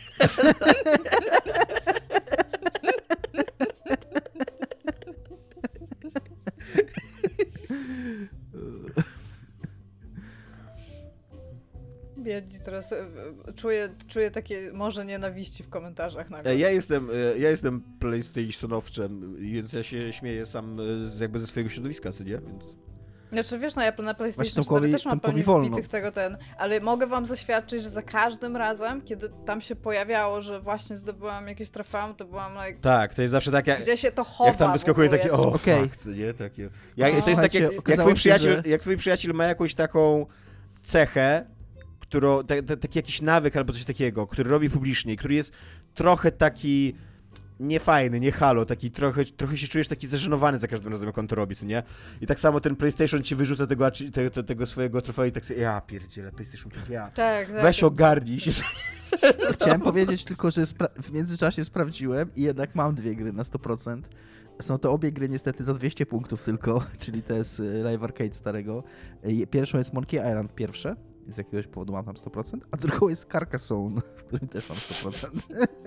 Biedni teraz czuję, czuję takie morze nienawiści w komentarzach nagle. Ja jestem, ja jestem PlayStationowczem, więc ja się śmieję sam z, jakby ze swojego środowiska, co nie? Więc... Znaczy wiesz, no ja na PlayStation Tomkowi, cztery też mam pewnie wolno. wbitych tego ten, ale mogę wam zaświadczyć, że za każdym razem, kiedy tam się pojawiało, że właśnie zdobyłam jakieś trofeum, to byłam like... Tak, to jest zawsze takie... Gdzie się to chowa. Jak tam wyskakuje takie, o okay. fuck, co nie? Takie... Jak, no. To jest takie, jak twój, przyjaciel, że... jak twój przyjaciel ma jakąś taką cechę, którą, te, te, taki jakiś nawyk albo coś takiego, który robi publicznie, który jest trochę taki... niefajny, nie halo, taki trochę, trochę się czujesz taki zażenowany za każdym razem, jak on to robi, co nie? I tak samo ten PlayStation ci wyrzuca tego, tego, tego swojego trofeum i tak sobie, ja pierdzielę, PlayStation pięć, ja. Tak, tak. Weź ogarnij się. Chciałem powiedzieć tylko, że spra- w międzyczasie sprawdziłem i jednak mam dwie gry na sto procent. Są to obie gry niestety za dwieście punktów tylko, czyli to jest Live Arcade starego. Pierwszą jest Monkey Island pierwsze, z jakiegoś powodu mam tam sto procent, a drugą jest Carcassonne, w którym też mam sto procent.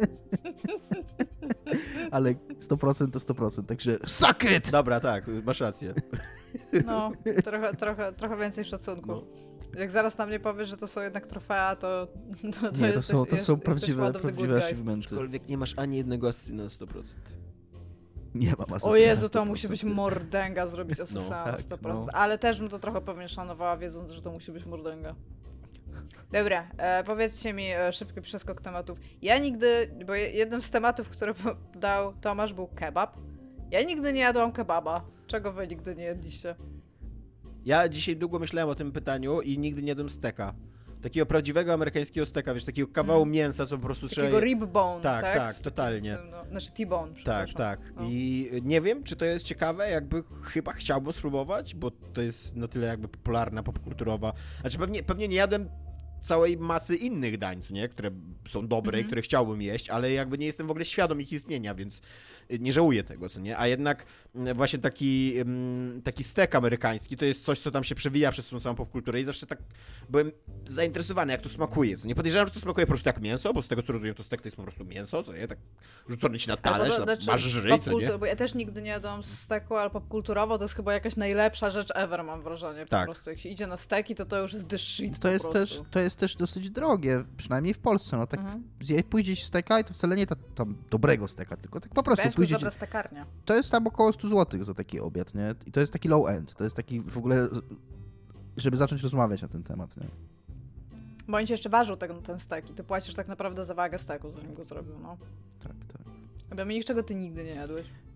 Ale sto procent to sto procent, także suck it! Dobra, tak, masz rację. No, trochę, trochę, trochę więcej szacunku. No. Jak zaraz na mnie powiesz, że to są jednak trofea, to to, to, nie, to jesteś, są, to są jest, prawdziwe, prawdziwe achievementy. Aczkolwiek nie masz ani jednego asyna na sto procent. Nie mam asesyna. O Jezu, to musi być mordęga zrobić asesyna no, na tak, sto procent. no. Ale też bym to trochę pewnie szanowała, wiedząc, że to musi być mordęga. Dobra, e, powiedzcie mi e, szybki przeskok tematów. Ja nigdy, bo jednym z tematów, który dał Tomasz, był kebab. Ja nigdy nie jadłam kebaba. Czego wy nigdy nie jedliście? Ja dzisiaj długo myślałem o tym pytaniu i nigdy nie jadłem steka. Takiego prawdziwego amerykańskiego steka, wiesz, takiego kawału mm. mięsa, co po prostu trzeba... Takiego rib bone, tak? Tak, tak, totalnie. No, znaczy T-bone, Tak, tak. No. I nie wiem, czy to jest ciekawe, jakby chyba chciałbym spróbować, bo to jest na tyle jakby popularna, popkulturowa. Znaczy pewnie, pewnie nie jadłem całej masy innych dań, co nie? Które są dobre i mm-hmm. które chciałbym jeść, ale jakby nie jestem w ogóle świadom ich istnienia, więc nie żałuję tego, co nie? A jednak właśnie taki, taki stek amerykański to jest coś, co tam się przewija przez tą samą popkulturę i zawsze tak byłem zainteresowany, jak to smakuje, co nie? Podejrzewam, że to smakuje po prostu jak mięso, bo z tego, co rozumiem, to stek to jest po prostu mięso, co nie? Tak rzucony ci na talerz, to, znaczy, masz żryj, co nie? Bo ja też nigdy nie jadłam steku, ale popkulturowo to jest chyba jakaś najlepsza rzecz ever, mam wrażenie. Po tak. prostu jak się idzie na steki, to to już jest the shit to jest po też, to jest też dosyć drogie, przynajmniej w Polsce, no tak mhm. zje, pójdziesz steka i to wcale nie ta, tam dobrego steka, tylko tak po prostu Wiesz, pójdziesz... dobra stekarnia. To jest tam około sto złotych za taki obiad, nie? I to jest taki low end, to jest taki w ogóle, żeby zacząć rozmawiać na ten temat, nie? Bo on ci jeszcze ważył ten, ten stek i ty płacisz tak naprawdę za wagę steku, zanim go zrobił, no. Tak, tak. Dominik, czego ty nigdy nie jadłeś?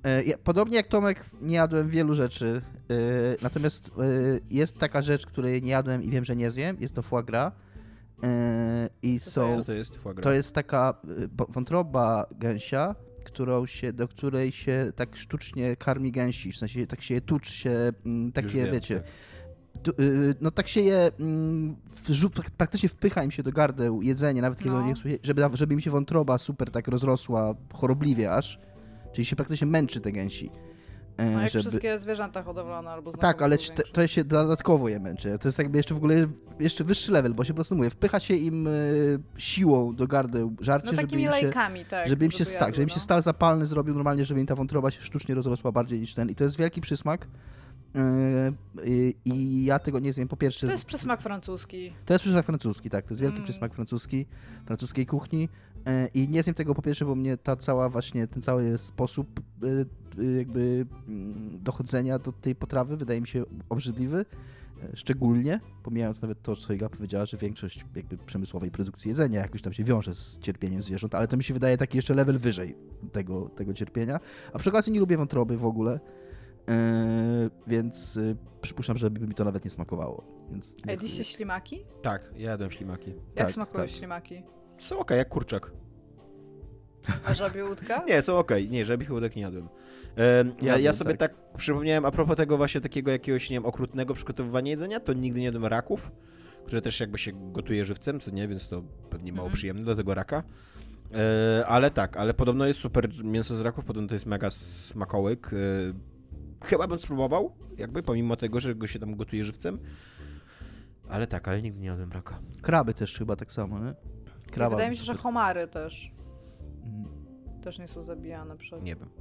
E, ja, podobnie jak Tomek, nie jadłem wielu rzeczy, e, natomiast e, jest taka rzecz, której nie jadłem i wiem, że nie zjem, jest to foie gras. E, I Co to są, Co to jest foie gras? to jest taka e, bo- wątroba gęsia, którą się, do której się tak sztucznie karmi gęsi, w sensie tak się je tucz się, mm, Już takie wiem, wiecie, tak. tu, y, no tak się je, mm, wrzu- praktycznie wpycha im się do gardeł jedzenie, nawet kiedy No. no. nie chcą, je- żeby, żeby im się wątroba super tak rozrosła chorobliwie aż, czyli się praktycznie męczy te gęsi. e, No jak żeby... wszystkie zwierzęta hodowlane albo Tak, ale znakomitą te, to się dodatkowo je męczy. To jest jakby jeszcze w ogóle jeszcze wyższy level, bo się po prostu mówię, wpycha się im y, siłą do gardeł żarcie, No żeby takimi im się... lejkami, tak. żeby im się, jadły, tak, żeby im się no. stal zapalny zrobił normalnie, żeby im ta wątroba się sztucznie rozrosła bardziej niż ten. I to jest wielki przysmak. Yy, I ja tego nie zjem. Po pierwsze, To jest przysmak francuski. to jest przysmak francuski, tak. To jest wielki Mm. przysmak francuski, francuskiej kuchni. Yy, I nie zjem tego po pierwsze, bo mnie ta cała właśnie, ten cały sposób yy, yy, jakby mm, dochodzenia do tej potrawy wydaje mi się obrzydliwy. Yy, Szczególnie, pomijając nawet to, co Iga powiedziała, że większość jakby przemysłowej produkcji jedzenia jakoś tam się wiąże z cierpieniem zwierząt, ale to mi się wydaje taki jeszcze level wyżej tego, tego cierpienia. A przy okazji nie lubię wątroby w ogóle, yy, więc yy, przypuszczam, że by mi to nawet nie smakowało. Więc A jedliście ślimaki? Tak, ja jadłem ślimaki. Jak Tak, smakują tak. ślimaki? Są okej, jak kurczak. A żabie łódka? Nie, są okej. Nie, żabich łódek nie jadłem. E, ja, ja Jadłem, sobie tak. tak przypomniałem, a propos tego właśnie takiego jakiegoś, nie wiem, okrutnego przygotowywania jedzenia, to nigdy nie jadłem raków, które też jakby się gotuje żywcem, co nie, więc to pewnie mało Mhm. przyjemne do tego raka. E, ale tak, ale podobno jest super mięso z raków, podobno to jest mega smakołyk. E, chyba bym spróbował, jakby, pomimo tego, że go się tam gotuje żywcem. Ale tak, ale nigdy nie jadłem raka. Kraby też chyba tak samo, nie? Krawa Wydaje mi się, że super. homary też. Mm. Też nie są zabijane przez... Nie wiem.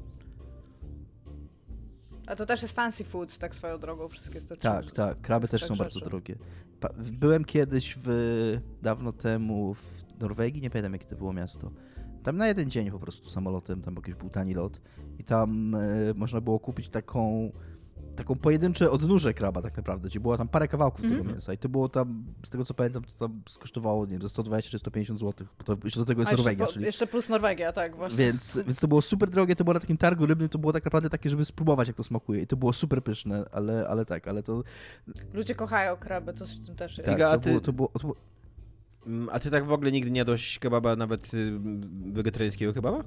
A to też jest fancy foods, tak swoją drogą, wszystkie te Tak, trzy- tak. Kraby też trzech są bardzo rzeczy. drogie. Pa- byłem kiedyś w dawno temu w Norwegii, nie pamiętam jakie to było miasto. Tam na jeden dzień po prostu samolotem, tam jakiś był tani lot i tam e, można było kupić taką taką pojedyncze odnóże kraba tak naprawdę, gdzie było tam parę kawałków Mhm. tego mięsa i to było tam, z tego co pamiętam, to tam skosztowało, nie wiem, ze sto dwadzieścia czy sto pięćdziesiąt złotych, bo to jeszcze do tego jest A jeszcze Norwegia, po- czyli... Jeszcze plus Norwegia, tak, właśnie. Więc, więc to było super drogie, to było na takim targu rybnym, to było tak naprawdę takie, żeby spróbować jak to smakuje i to było super pyszne, ale, ale tak, ale to... Ludzie kochają kraby, to z tym też jest. Tak, Iga, a to, ty- było, to, było, to było... Mm, A ty tak w ogóle nigdy nie jadłeś kebaba, nawet y, wegetariańskiego kebaba?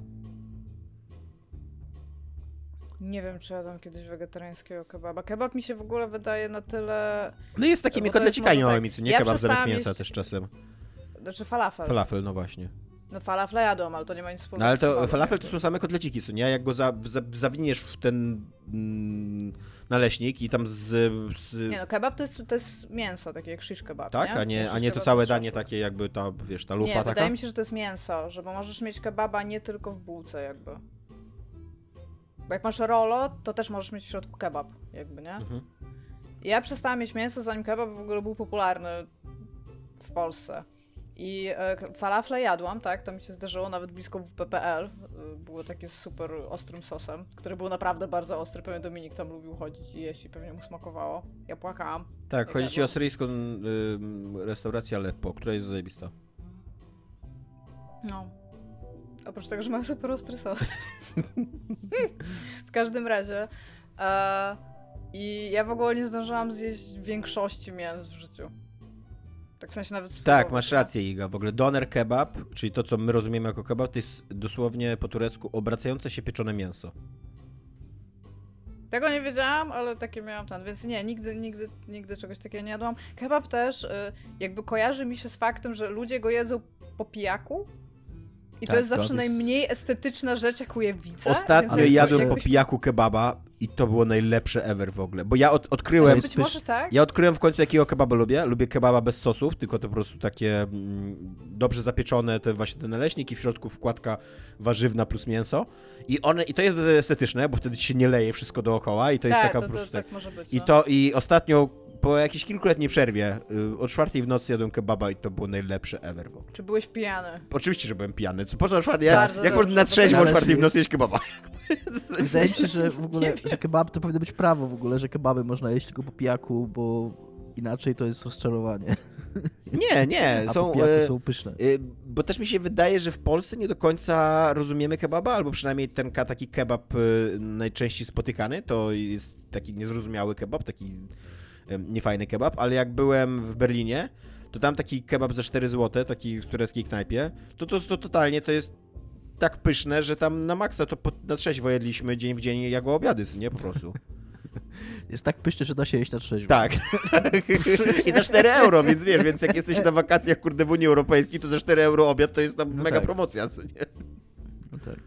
Nie wiem, czy jadłam kiedyś wegetariańskiego kebaba. Kebab mi się w ogóle wydaje na tyle... No jest takimi Bo to jest kotlecikami może małymi, tak. co nie? Ja Kebab zamiast przestałam mięsa jeść- też czasem. Znaczy falafel. Falafel, no właśnie. No falafel jadłam, ale to nie ma nic No wspólnego ale z to kebabem, falafel to jakby. są same kotleciki, co nie? Jak go za, za, zawiniesz w ten mm, naleśnik i tam z... z Nie no, kebab to jest, to jest mięso, takie jak shish kebab, tak? nie? A nie, a Shish nie to kebab całe jest danie szafla. takie jakby ta, wiesz, ta Nie, lufa taka? wydaje mi się, że to jest mięso, że bo możesz mieć kebaba nie tylko w bułce jakby. Bo jak masz rolo, to też możesz mieć w środku kebab, jakby, nie? Mhm. Ja przestałam mieć mięso, zanim kebab w ogóle był popularny w Polsce. I e, falafle jadłam, tak, to mi się zdarzyło, nawet blisko w P P L. E, było takie z super ostrym sosem, który był naprawdę bardzo ostry. Pewnie Dominik tam lubił chodzić i jeść i pewnie mu smakowało. Ja płakałam. Tak, Jak chodzi ci jadłam. o syryjską y, restaurację Aleppo, która jest zajebista. No. Oprócz tego, że mają super ostry sos. W każdym razie. E, I ja w ogóle nie zdążyłam zjeść większości mięs w życiu. Tak w sensie nawet Tak, spróbować, masz nie? rację, Iga. W ogóle doner kebab, czyli to, co my rozumiemy jako kebab, to jest dosłownie po turecku obracające się pieczone mięso. Tego nie wiedziałam, ale takie miałam ten, więc nie, nigdy, nigdy, nigdy czegoś takiego nie jadłam. Kebab też y, jakby kojarzy mi się z faktem, że ludzie go jedzą po pijaku i Tak, to jest to zawsze jest- najmniej estetyczna rzecz, jaką je widzę. Ostatnio więc jak- jadłem po jakbyś- pijaku kebaba i to było najlepsze ever w ogóle, bo ja od, Znaczy, odkryłem... być może tak? Ja odkryłem w końcu, jakiego kebaba lubię. Lubię kebaba bez sosów, tylko to po prostu takie mm, dobrze zapieczone, to właśnie ten naleśnik i w środku wkładka warzywna plus mięso. I one, i to jest estetyczne, bo wtedy ci się nie leje wszystko dookoła i to jest tak, taka to, po to, prostu... tak może być. I no. to, i ostatnio po jakiejś kilkuletniej przerwie, y, o czwartej w nocy jadłem kebaba i to było najlepsze ever w ogóle. Czy byłeś pijany? Oczywiście, że byłem pijany. Co po co czwartej? Jak, Bardzo jak dobrze, można na bo to trzeźwo o należy- czwartej w nocy jeść kebaba? Wydaje mi się, że w ogóle, Nie wiem. że kebab to powinno być prawo w ogóle, że kebaby można jeść tylko po pijaku, bo inaczej to jest rozczarowanie. Nie, nie. A są, popijaki e, są pyszne. e, bo też mi się wydaje, że w Polsce nie do końca rozumiemy kebaba, albo przynajmniej ten ka- taki kebab e, najczęściej spotykany, to jest taki niezrozumiały kebab, taki e, niefajny kebab, ale jak byłem w Berlinie, to tam taki kebab za cztery złote, taki w tureckiej knajpie, to to, to totalnie to jest tak pyszne, że tam na maksa to po, na trzeźwo jedliśmy dzień w dzień jako obiady, nie? Po prostu. Jest tak pyszny, że da się jeść na trzeźwo. Tak. I za cztery euro, więc wiesz, więc jak jesteś na wakacjach, kurde, w Unii Europejskiej, to za cztery euro obiad to jest tam No mega tak. promocja, nie? No tak.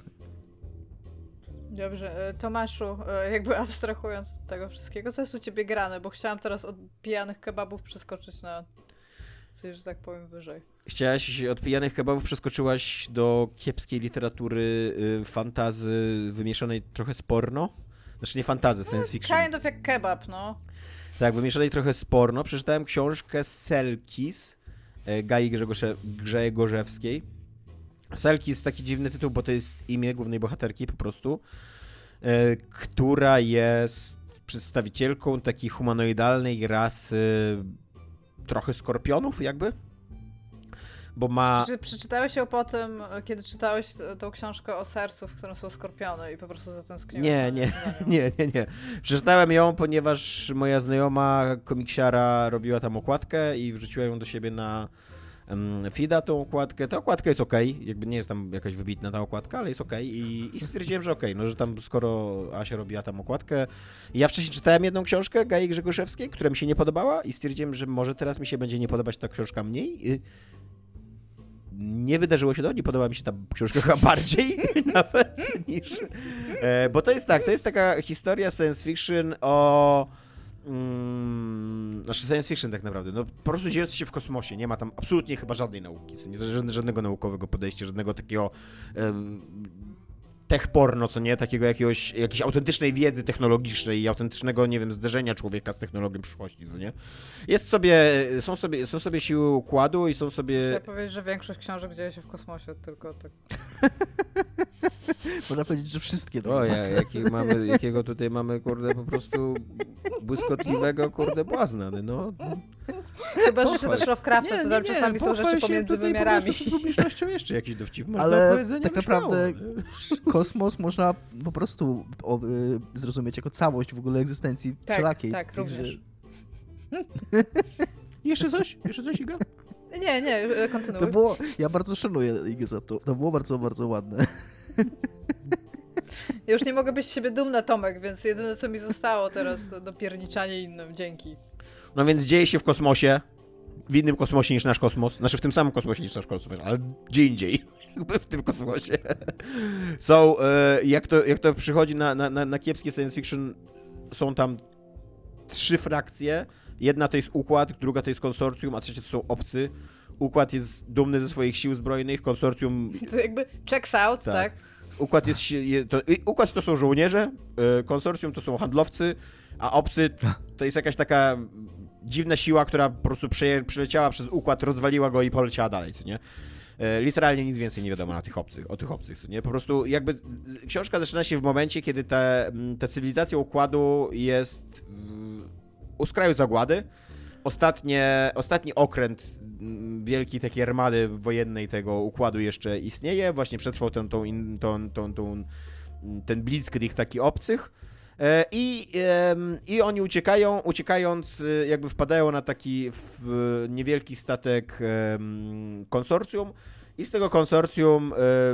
Dobrze, e, Tomaszu, e, jakby abstrahując od tego wszystkiego, co jest u ciebie grane, bo chciałam teraz od pijanych kebabów przeskoczyć na coś, że tak powiem, wyżej. Chciałaś od pijanych kebabów przeskoczyłaś do kiepskiej literatury y, fantazy wymieszanej trochę z porno? Znaczy nie fantazy, science fiction. Kind of jak kebab, no. Tak, wymieszanej trochę z porno. Przeczytałem książkę Selkis y, Gai Grzegorze- Grzegorzewskiej. Selkis, taki dziwny tytuł, bo to jest imię głównej bohaterki po prostu, y, która jest przedstawicielką takiej humanoidalnej rasy trochę skorpionów jakby. Bo ma... Czy przeczytałeś ją po tym, kiedy czytałeś t- tą książkę o sercu, w którym są skorpiony i po prostu zatęskniłeś? Nie, za- nie, za nią? nie, nie, nie. Przeczytałem ją, ponieważ moja znajoma komiksiara robiła tam okładkę i wrzuciła ją do siebie na um, feeda, tą okładkę. Ta okładka jest okej, jakby nie jest tam jakaś wybitna ta okładka, ale jest okej i, i stwierdziłem, że okej, no że tam skoro Asia robiła tam okładkę. Ja wcześniej czytałem jedną książkę Gai Grzegorzewskiej, która mi się nie podobała i stwierdziłem, że może teraz mi się będzie nie podobać ta książka mniej. Nie wydarzyło się to, nie podoba mi się ta książka chyba bardziej nawet niż... E, bo to jest tak, to jest taka historia science fiction o... Mm, znaczy science fiction tak naprawdę, no po prostu dziejąc się w kosmosie, nie ma tam absolutnie chyba żadnej nauki, nie, żadnego, żadnego naukowego podejścia, żadnego takiego em, tech porno, co nie, takiego jakiegoś, jakiejś autentycznej wiedzy technologicznej i autentycznego, nie wiem, zderzenia człowieka z technologią przyszłości, co nie. Jest sobie, są sobie, są sobie siły układu i są sobie... Chciałam powiedzieć, że większość książek dzieje się w kosmosie, tylko tak. Można powiedzieć, że wszystkie to O, ja, jaki mamy, jakiego tutaj mamy, kurde, po prostu błyskotliwego, kurde, błazna, no. Chyba, że się Pochwal. też Lovecrafta, to tam czasami są rzeczy pomiędzy wymiarami. Z publicznością jeszcze jakiś dowcip masz do Ale powiedzenia, tak śmiało. naprawdę kosmos można po prostu o, y, zrozumieć jako całość w ogóle egzystencji Tak, wszelakiej. tak, Także- również. Jeszcze coś? Jeszcze coś, Iga? Nie, nie, e, kontynuuj. To było, ja bardzo szanuję Igę za to. To było bardzo, bardzo ładne. Ja już nie mogę być z siebie dumna, Tomek, więc jedyne co mi zostało teraz to dopierniczanie innym. Dzięki. No więc dzieje się w kosmosie, w innym kosmosie niż nasz kosmos, znaczy w tym samym kosmosie niż nasz kosmos, ale gdzie indziej, jakby w tym kosmosie. Są, e, jak, to, jak to przychodzi na, na, na, na kiepskie science fiction, są tam trzy frakcje. Jedna to jest układ, druga to jest konsorcjum, a trzecia to są obcy. Układ jest dumny ze swoich sił zbrojnych, konsorcjum... To jakby checks out, Tak. tak? Układ jest, si- je- to, i- układ to są żołnierze, e, konsorcjum to są handlowcy, a obcy to jest jakaś taka dziwna siła, która po prostu przeje, przyleciała przez układ, rozwaliła go i poleciała dalej, co nie? E, Literalnie nic więcej nie wiadomo na tych obcych, o tych obcych, co nie? Po prostu jakby książka zaczyna się w momencie, kiedy te, ta cywilizacja układu jest w, u skraju zagłady. Ostatnie, ostatni okręt mm, wielkiej takiej armady wojennej tego układu jeszcze istnieje. Właśnie przetrwał ten, tą, in- tą, tą, tą, ten blitzkrieg taki obcych. E, I, em, I oni uciekają, uciekając e, jakby wpadają na taki w, niewielki statek em, konsorcjum i z tego konsorcjum e,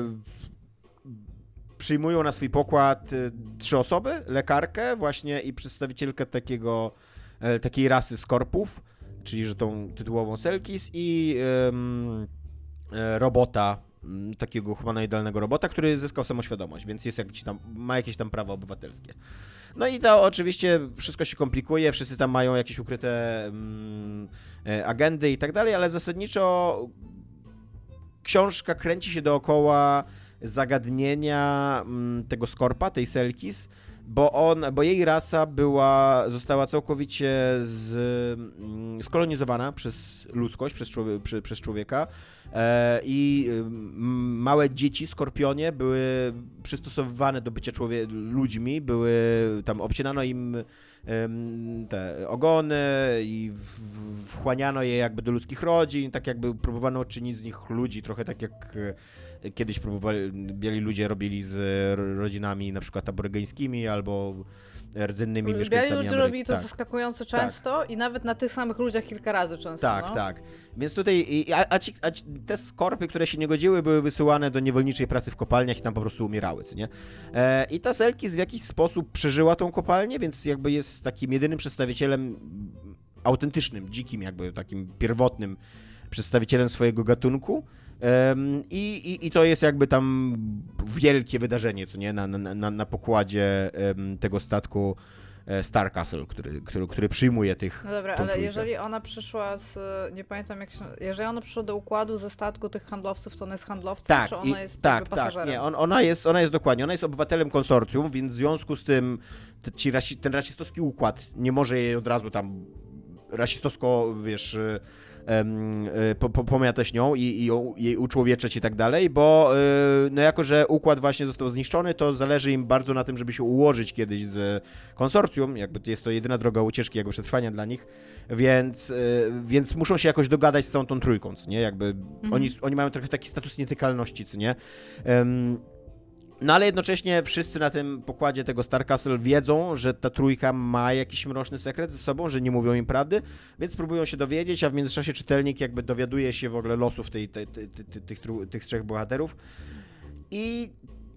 przyjmują na swój pokład e, trzy osoby, lekarkę właśnie i przedstawicielkę takiego, e, takiej rasy skorpów, czyli że tą tytułową Selkis i em, e, robota, m, takiego humanoidalnego robota, który zyskał samoświadomość, więc jest jakiś tam, ma jakieś tam prawa obywatelskie. No i to oczywiście wszystko się komplikuje, wszyscy tam mają jakieś ukryte mm, e, agendy i tak dalej, ale zasadniczo książka kręci się dookoła zagadnienia mm, tego Skorpa, tej Selkis, bo on, bo jej rasa była, została całkowicie z, mm, skolonizowana przez ludzkość, przez, człowie, przy, przez człowieka e, i mm, małe dzieci, skorpionie, były przystosowywane do bycia człowie, ludźmi, były, tam obcinano im te ogony i wchłaniano je jakby do ludzkich rodzin, tak jakby próbowano czynić z nich ludzi, trochę tak jak kiedyś próbowali, biali ludzie robili z rodzinami na przykład aborygeńskimi albo rdzennymi Biali mieszkańcami ludzie Ameryki. robili to tak. zaskakująco często tak. i nawet na tych samych ludziach kilka razy często. Tak, no. tak. Więc tutaj, a, a, ci, a ci, te skorpy, które się nie godziły, były wysyłane do niewolniczej pracy w kopalniach i tam po prostu umierały, co nie? E, I ta Selkis w jakiś sposób przeżyła tą kopalnię, więc jakby jest takim jedynym przedstawicielem autentycznym, dzikim, jakby takim pierwotnym przedstawicielem swojego gatunku. Um, i, i, I to jest jakby tam wielkie wydarzenie, co nie, na, na, na, na pokładzie um, tego statku Star Castle, który, który, który przyjmuje tych... No dobra, ale trójkę. jeżeli ona przyszła z, nie pamiętam jak się... Jeżeli ona przyszła do układu ze statku tych handlowców, to ona jest handlowcem, tak, czy ona i, jest tak, jakby pasażerem? Tak, nie, on, ona, jest, ona jest dokładnie, ona jest obywatelem konsorcjum, więc w związku z tym ci rasi, ten rasistowski układ nie może jej od razu tam rasistowsko, wiesz... Po, po, pomiatać nią i, i ją, jej uczłowieczyć i tak dalej, bo no jako, że układ właśnie został zniszczony, to zależy im bardzo na tym, żeby się ułożyć kiedyś z konsorcjum, jakby jest to jedyna droga ucieczki, jakby przetrwania dla nich, więc, więc muszą się jakoś dogadać z całą tą trójką, co nie, jakby mhm. oni, oni mają trochę taki status nietykalności, co nie. Um, No ale jednocześnie wszyscy na tym pokładzie tego Star Castle wiedzą, że ta trójka ma jakiś mroczny sekret ze sobą, że nie mówią im prawdy, więc próbują się dowiedzieć, a w międzyczasie czytelnik jakby dowiaduje się w ogóle losów tej, tej, tej, tej, tych, tych trzech bohaterów. I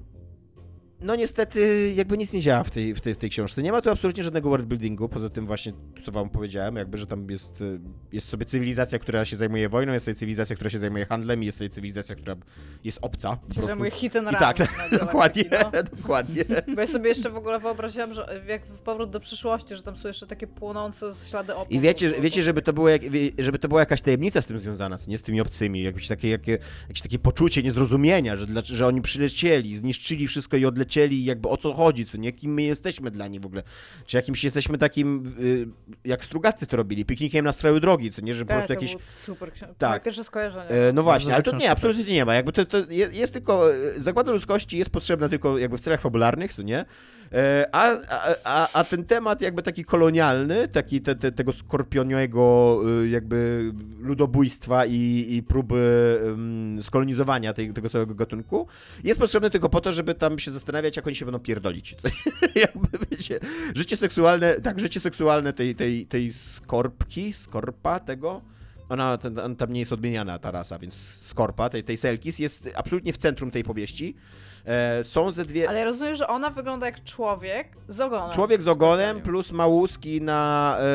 no niestety jakby nic nie działa w tej, w tej, w tej książce. Nie ma tu absolutnie żadnego worldbuildingu, poza tym właśnie, co wam powiedziałem, jakby, że tam jest, jest sobie cywilizacja, która się zajmuje wojną, jest sobie cywilizacja, która się zajmuje handlem i jest sobie cywilizacja, która jest obca. Po się prostu. zajmuje hit and I run. tak, tak dokładnie, no. dokładnie. Bo ja sobie jeszcze w ogóle wyobraziłam, że jak w Powrót do przyszłości, że tam są jeszcze takie płonące ślady opon. I wiecie, wiecie żeby, to było jak, żeby to była jakaś tajemnica z tym związana, nie z tymi obcymi, jakieś takie, jakie, jakieś takie poczucie niezrozumienia, że, dla, że oni przylecieli, zniszczyli wszystko i odlecieli, jakby o co chodzi, co nie, kim my jesteśmy dla nich w ogóle. Czy jakimś jesteśmy takim, y, jak Strugacy to robili, piknikiem na stroju drogi, co nie, że tak, po prostu to jakieś... Był super książka. Tak. Moje pierwsze skojarzenie. E, no właśnie, ale to książka, nie, absolutnie nie ma. Jakby to, to jest, jest tylko, zagłada ludzkości jest potrzebna tylko jakby w celach fabularnych, co nie? E, a, a, a, a ten temat jakby taki kolonialny, taki te, te, tego skorpioniego jakby ludobójstwa i, i próby um, skolonizowania tej, tego całego gatunku, jest potrzebny tylko po to, żeby tam się zastanawiać, jak oni się będą pierdolić. Co? jakby, wiecie, życie seksualne, tak, życie seksualne tej, tej, tej skorpki, skorpa tego, ona ten, tam nie jest odmieniana ta rasa, więc skorpa, tej, tej Selkis jest absolutnie w centrum tej powieści. E, są ze dwie... Ale ja rozumiem, że ona wygląda jak człowiek z ogonem. Człowiek z ogonem plus ma łuski na e,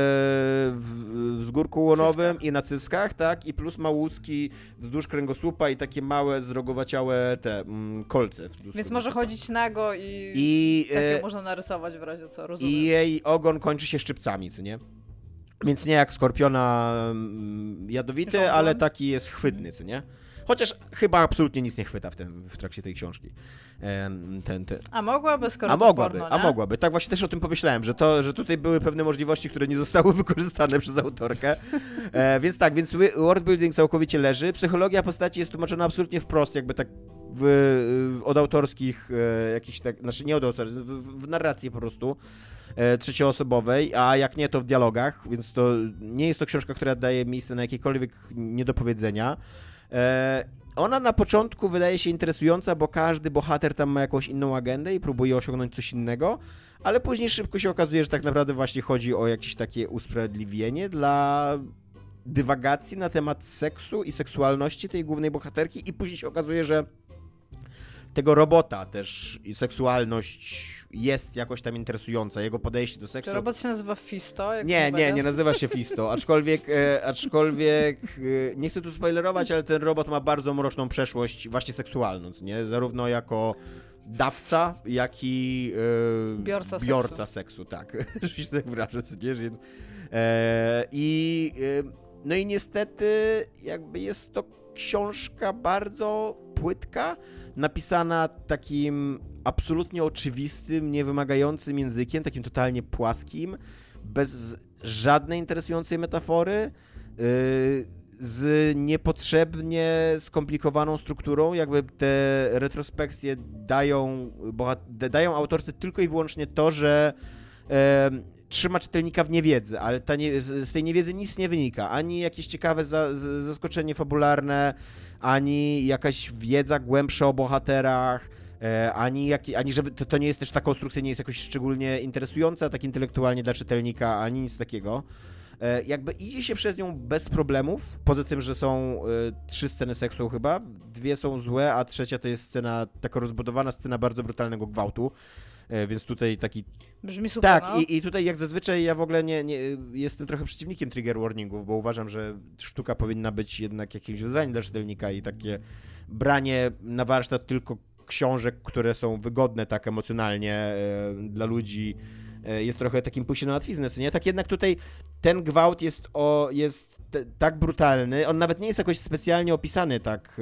w, wzgórku łonowym cyckach. I na cyckach, tak? I plus ma łuski wzdłuż kręgosłupa i takie małe, zdrogowaciałe te mm, kolce. Więc może chodzić nago i, I takie e, można narysować w razie co, rozumiem. I jej ogon kończy się szczypcami, co nie? Więc nie jak skorpiona jadowity, Żądłem. ale taki jest chwytny, co nie? Chociaż chyba absolutnie nic nie chwyta w, tym, w trakcie tej książki. Ten, ten. A mogłaby, skoro a mogłaby, porno, a mogłaby. Tak właśnie też o tym pomyślałem, że, to, że tutaj były pewne możliwości, które nie zostały wykorzystane przez autorkę. E, więc tak, więc worldbuilding całkowicie leży. Psychologia postaci jest tłumaczona absolutnie wprost, jakby tak w, w, od autorskich e, jakichś tak, znaczy nie od autorskich, w, w narracji po prostu. Trzecioosobowej, a jak nie, to w dialogach, więc to nie jest to książka, która daje miejsce na jakiekolwiek niedopowiedzenia. E, ona na początku wydaje się interesująca, bo każdy bohater tam ma jakąś inną agendę i próbuje osiągnąć coś innego, ale później szybko się okazuje, że tak naprawdę właśnie chodzi o jakieś takie usprawiedliwienie dla dywagacji na temat seksu i seksualności tej głównej bohaterki i później się okazuje, że tego robota też i seksualność jest jakoś tam interesująca, jego podejście do seksu. Czy robot się nazywa Fisto? Jak nie, nie, nie nazywa się Fisto, aczkolwiek, e, aczkolwiek e, nie chcę tu spoilerować, ale ten robot ma bardzo mroczną przeszłość właśnie seksualną, nie? Zarówno jako dawca, jak i e, biorca, biorca seksu. seksu, tak, że się tak wyrażę, co nie? Więc, e, i, e, no i niestety jakby jest to książka bardzo płytka, napisana takim absolutnie oczywistym, niewymagającym językiem, takim totalnie płaskim, bez żadnej interesującej metafory, yy, z niepotrzebnie skomplikowaną strukturą, jakby te retrospekcje dają, bohat- dają autorce tylko i wyłącznie to, że e, trzyma czytelnika w niewiedzy, ale ta nie, z, z tej niewiedzy nic nie wynika. Ani jakieś ciekawe za, z, zaskoczenie fabularne, ani jakaś wiedza głębsza o bohaterach, e, ani, jak, ani żeby to, to nie jest też ta konstrukcja nie jest jakoś szczególnie interesująca tak intelektualnie dla czytelnika, ani nic takiego. E, jakby idzie się przez nią bez problemów, poza tym, że są e, trzy sceny seksu chyba, dwie są złe, a trzecia to jest scena, taka rozbudowana scena bardzo brutalnego gwałtu. Więc tutaj taki... Brzmi super, Tak, no. i, i tutaj jak zazwyczaj ja w ogóle nie, nie jestem trochę przeciwnikiem trigger warningów, bo uważam, że sztuka powinna być jednak jakimś wyzwaniem dla czytelnika i takie branie na warsztat tylko książek, które są wygodne tak emocjonalnie e, dla ludzi e, jest trochę takim pójściem na łatwiznę, nie? Tak jednak tutaj ten gwałt jest, o, jest t- tak brutalny, on nawet nie jest jakoś specjalnie opisany tak...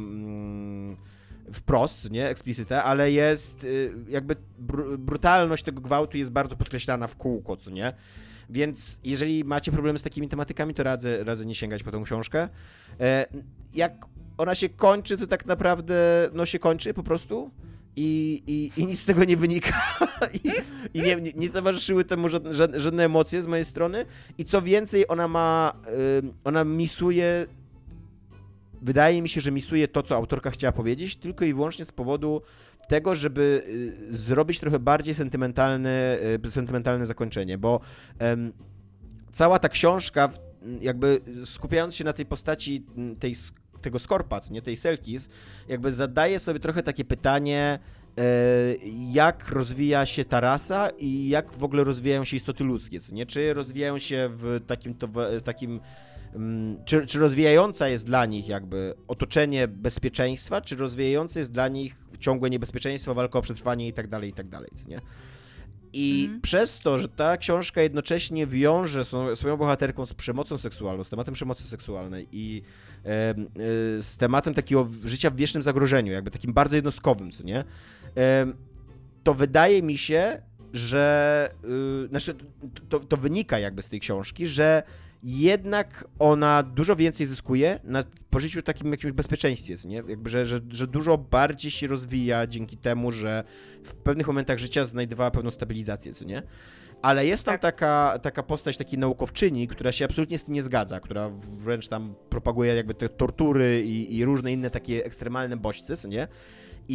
E, wprost, nie, explicite, ale jest y, jakby br- brutalność tego gwałtu jest bardzo podkreślana w kółko, co nie? Więc jeżeli macie problemy z takimi tematykami, to radzę, radzę nie sięgać po tą książkę. E, jak ona się kończy, to tak naprawdę, no się kończy po prostu i, i, i nic z tego nie wynika i, i nie, nie, nie towarzyszyły temu żadne, żadne emocje z mojej strony i co więcej, ona ma, y, ona misuje Wydaje mi się, że misuje to, co autorka chciała powiedzieć, tylko i wyłącznie z powodu tego, żeby y, zrobić trochę bardziej sentymentalne, y, sentymentalne zakończenie, bo y, cała ta książka, jakby skupiając się na tej postaci tej, tego Skorpa, nie, tej Selkis, jakby zadaje sobie trochę takie pytanie, y, jak rozwija się ta rasa i jak w ogóle rozwijają się istoty ludzkie, co nie? Czy rozwijają się w takim, to, w takim Czy, czy rozwijająca jest dla nich jakby otoczenie bezpieczeństwa, czy rozwijające jest dla nich ciągłe niebezpieczeństwo, walka o przetrwanie i tak dalej, i tak dalej, nie? I mm. przez to, że ta książka jednocześnie wiąże swoją bohaterką z przemocą seksualną, z tematem przemocy seksualnej i e, e, z tematem takiego życia w wiecznym zagrożeniu, jakby takim bardzo jednostkowym, co nie? E, to wydaje mi się, że e, znaczy, to, to wynika jakby z tej książki, że jednak ona dużo więcej zyskuje na pożyciu takim jakimś bezpieczeństwie, nie? Jakby, że, że, że dużo bardziej się rozwija dzięki temu, że w pewnych momentach życia znajdowała pewną stabilizację, co nie? Ale jest tam tak. taka, taka postać takiej naukowczyni, która się absolutnie z tym nie zgadza, która wręcz tam propaguje jakby te tortury i, i różne inne takie ekstremalne bodźce, co nie? I,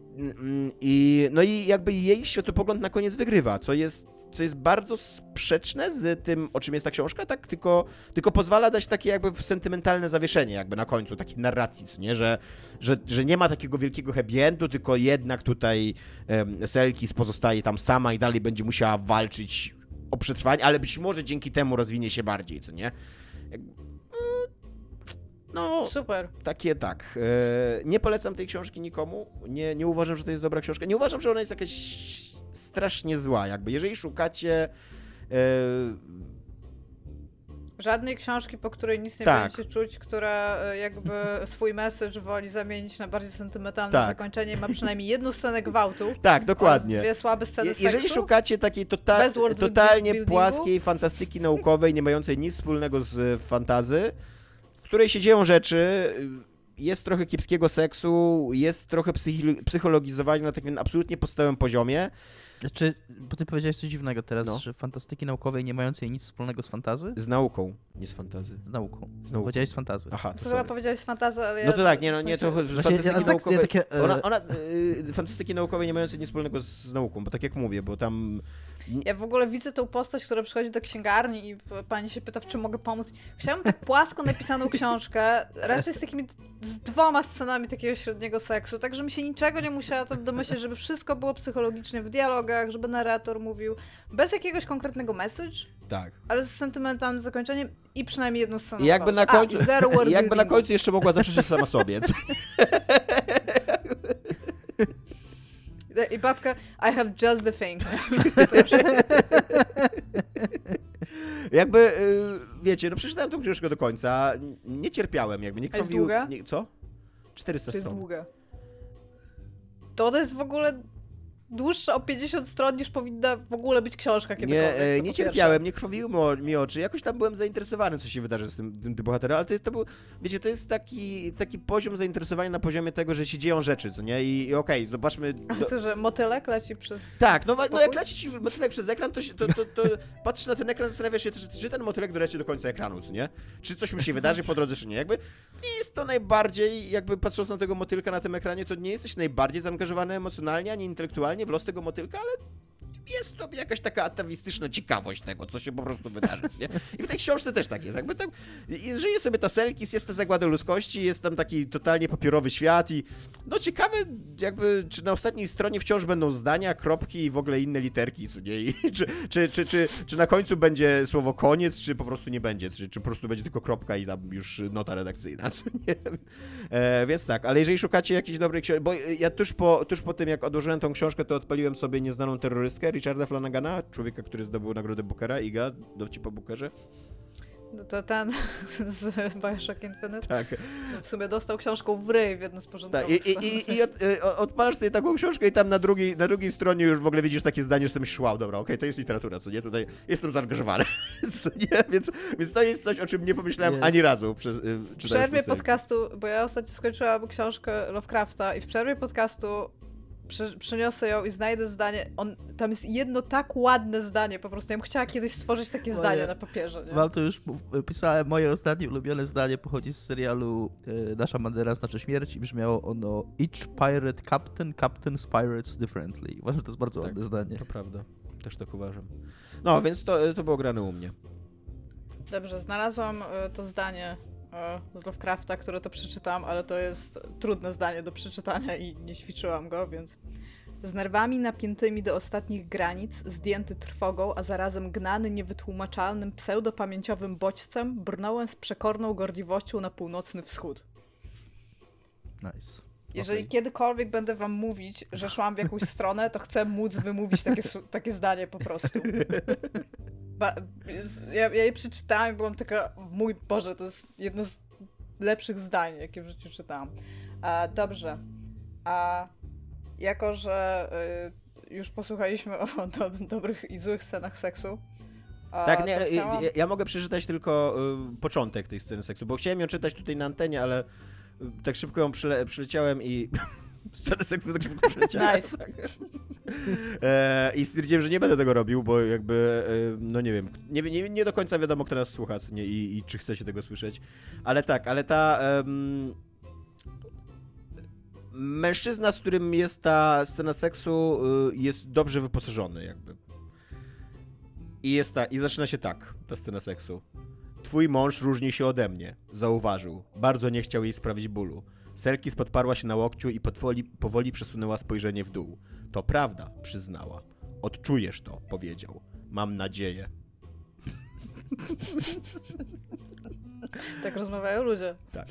i, no i jakby jej światopogląd na koniec wygrywa, co jest co jest bardzo sprzeczne z tym, o czym jest ta książka, tak? Tylko, tylko pozwala dać takie jakby sentymentalne zawieszenie jakby na końcu, takiej narracji, co nie? Że, że, że nie ma takiego wielkiego happy endu, tylko jednak tutaj um, Selkis pozostaje tam sama i dalej będzie musiała walczyć o przetrwanie, ale być może dzięki temu rozwinie się bardziej, co nie? No, super. Takie tak. Nie polecam tej książki nikomu, nie, nie uważam, że to jest dobra książka, nie uważam, że ona jest jakaś strasznie zła, jakby jeżeli szukacie e... żadnej książki, po której nic nie tak. będziecie czuć, która jakby swój message woli zamienić na bardziej sentymentalne tak. zakończenie, ma przynajmniej jedną scenę gwałtu. Tak, dokładnie. Dwie słabe sceny Je- seksu. Jeżeli szukacie takiej tota- totalnie płaskiej fantastyki naukowej, nie mającej nic wspólnego z fantazy, w której się dzieją rzeczy, jest trochę kiepskiego seksu, jest trochę psychi- psychologizowania na takim absolutnie podstawowym poziomie. Znaczy, bo ty powiedziałeś coś dziwnego teraz, no. że fantastyki naukowej nie mającej nic wspólnego z fantazy? Z nauką, nie z fantazy. Z nauką. Z nauką. Powiedziałeś z fantazy. Aha, to chyba powiedziałeś z fantazy, ale ja... No to tak, nie, no, w sensie... nie, to Właśnie, fantastyki ja, tak, naukowej... ja takie, e... Ona, ona y, fantastyki naukowej nie mającej nic wspólnego z, z nauką, bo tak jak mówię, bo tam... Ja w ogóle widzę tą postać, która przychodzi do księgarni i pani się pyta, w czym mogę pomóc. Chciałam tak płasko napisaną książkę, raczej z takimi, z dwoma scenami takiego średniego seksu, tak żebym się niczego nie musiała tam domyśleć, żeby wszystko było psychologicznie w dialogach, żeby narrator mówił, bez jakiegoś konkretnego message, tak. ale z sentymentalnym zakończeniem i przynajmniej jedną sceną. I jakby na końcu, A, zero word i jakby na buildingu. końcu jeszcze mogła zaprzeczyć sama sobie. I babka, I have just the thing. Jakby, y, wiecie, no przeczytałem tą książkę do końca, nie cierpiałem jakby, nie A jest krwawił... długa? Nie, co? czterysta To jest stron. długa. To jest w ogóle dłuższa o pięćdziesiąt stron niż powinna w ogóle być książka kiedykolwiek. Nie, e, to nie po cierpiałem, nie krwawiły mo- mi oczy. Jakoś tam byłem zainteresowany, co się wydarzy z tym, tym, tym bohaterem, ale to, jest, to był, wiecie, to jest taki, taki poziom zainteresowania na poziomie tego, że się dzieją rzeczy, co nie? I, i okej, okay, zobaczmy... A do... co, że motylek leci przez... Tak, no, no jak leci ci motylek przez ekran, to, się, to, to, to patrzysz na ten ekran, zastanawiasz się, czy, czy ten motylek doleci do końca ekranu, co nie? Czy coś mu się wydarzy po drodze, czy nie? Jakby nie jest to najbardziej, jakby patrząc na tego motylka na tym ekranie, to nie jesteś najbardziej zaangażowany emocjonalnie, ani intelektualnie w los tego motylka, ale jest to jakaś taka atawistyczna ciekawość tego, co się po prostu wydarzy, nie? I w tej książce też tak jest, jakby tam żyje sobie ta Selkis, jest ta zagłada ludzkości, jest tam taki totalnie papierowy świat i no ciekawe jakby, czy na ostatniej stronie wciąż będą zdania, kropki i w ogóle inne literki, co nie? I czy, czy, czy, czy, czy na końcu będzie słowo koniec, czy po prostu nie będzie, czy, czy po prostu będzie tylko kropka i tam już nota redakcyjna, co nie? E, więc tak, ale jeżeli szukacie jakiejś dobrej książki, bo ja tuż po, tuż po tym, jak odłożyłem tą książkę, to odpaliłem sobie Nieznaną terrorystkę Richarda Flanagana, człowieka, który zdobył nagrodę Bookera, Iga, dowcip po Bookerze. No to ten z Bioshock Infinite. Tak. W sumie dostał książką w ryj w jednym z porządkowych. Tak, i, i, i, i od, odpalasz sobie taką książkę i tam na drugiej, na drugiej stronie już w ogóle widzisz takie zdanie, że sobie myślisz, wow, dobra, okej, okay, to jest literatura, co nie? Tutaj jestem zaangażowany, co nie? Więc, więc to jest coś, o czym nie pomyślałem jest. ani razu. Przez, w przerwie podcastu, bo ja ostatnio skończyłam książkę Lovecrafta i w przerwie podcastu Przy, przyniosę ją i znajdę zdanie, on, tam jest jedno tak ładne zdanie, po prostu ja bym chciała kiedyś stworzyć takie moje, zdanie na papierze. Nie? Wam to już pisałem, moje ostatnie ulubione zdanie pochodzi z serialu y, Nasza Bandera znaczy śmierć i brzmiało ono Each pirate captain captains pirates differently. Uważam, że to jest bardzo tak, ładne zdanie. To prawda, też tak uważam. No, więc to, to było grane u mnie. Dobrze, znalazłam y, to zdanie z Lovecrafta, które to przeczytam, ale to jest trudne zdanie do przeczytania i nie ćwiczyłam go, więc z nerwami napiętymi do ostatnich granic, zdjęty trwogą, a zarazem gnany niewytłumaczalnym pseudopamięciowym bodźcem, brnąłem z przekorną gorliwością na północny wschód. Nice. Jeżeli okay. kiedykolwiek będę wam mówić, że szłam w jakąś stronę, to chcę móc wymówić takie, takie zdanie po prostu. Ba, ja, ja jej przeczytałam i byłam taka, mój Boże, to jest jedno z lepszych zdań, jakie w życiu czytałam. A, dobrze. A jako, że y, już posłuchaliśmy o do, dobrych i złych scenach seksu. A, tak, nie, chciałam... ja, ja mogę przeczytać tylko y, początek tej sceny seksu, bo chciałem ją czytać tutaj na antenie, ale y, tak szybko ją przyle, przyleciałem i... Scenę seksu tak szybko przyleciałem. Nice. E, I stwierdziłem, że nie będę tego robił, bo jakby, e, no nie wiem, nie, nie, nie do końca wiadomo, kto nas słucha nie, i, i czy chce się tego słyszeć. Ale tak, ale ta... Um, mężczyzna, z którym jest ta scena seksu, y, jest dobrze wyposażony jakby. I, jest ta, I zaczyna się tak, ta scena seksu. Twój mąż różni się ode mnie, zauważył. Bardzo nie chciał jej sprawić bólu. Selkis podparła się na łokciu i powoli, powoli przesunęła spojrzenie w dół. To prawda, przyznała. Odczujesz to, powiedział. Mam nadzieję. Tak rozmawiają ludzie. Tak.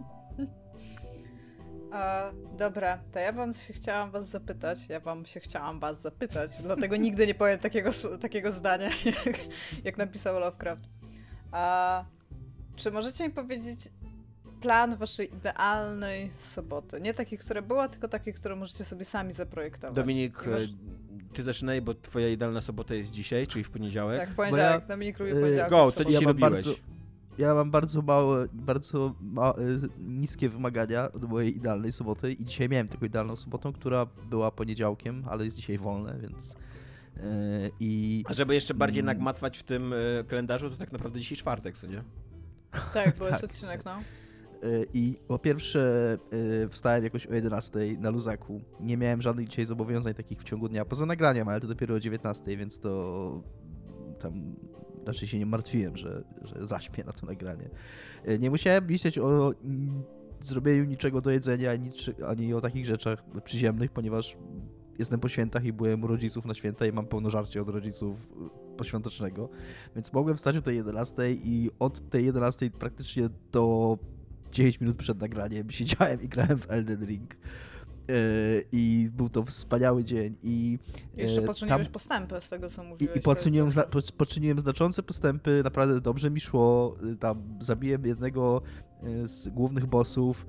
A, dobra, to ja wam się chciałam was zapytać, ja wam się chciałam was zapytać, dlatego nigdy nie powiem takiego, takiego zdania, jak, jak napisał Lovecraft. A, czy możecie mi powiedzieć plan waszej idealnej soboty? Nie takiej, która była, tylko takiej, którą możecie sobie sami zaprojektować. Dominik, masz... ty zaczynaj, bo twoja idealna sobota jest dzisiaj, czyli w poniedziałek. Tak, w poniedziałek, ja, Dominik lubi poniedziałek. Go, co dzisiaj ja robiłeś? Bardzo, ja mam bardzo małe, bardzo ma, niskie wymagania do mojej idealnej soboty i dzisiaj miałem taką idealną sobotę, która była poniedziałkiem, ale jest dzisiaj wolne, więc... Yy, i, A żeby jeszcze bardziej mm, nagmatwać w tym y, kalendarzu, to tak naprawdę dzisiaj czwartek, co nie? Tak, bo jest tak. odcinek, no. I po pierwsze yy, wstałem jakoś o jedenastej na luzaku. Nie miałem żadnych dzisiaj zobowiązań takich w ciągu dnia, poza nagraniem, ale to dopiero o dziewiętnastej, więc to tam raczej się nie martwiłem, że, że zaśpię na to nagranie. Yy, nie musiałem myśleć o mm, zrobieniu niczego do jedzenia, ani, ani o takich rzeczach przyziemnych, ponieważ jestem po świętach i byłem u rodziców na święta i mam pełno żarcie od rodziców poświątecznego, więc mogłem wstać o tej jedenastej i od tej jedenastej praktycznie do dziesięć minut przed nagraniem siedziałem i grałem w Elden Ring. Yy, I był to wspaniały dzień. I yy, jeszcze poczyniłeś tam... postępy z tego, co mówiłeś. I, i poczyniłem, zna... poczyniłem znaczące postępy, naprawdę dobrze mi szło. Tam zabiłem jednego z głównych bossów.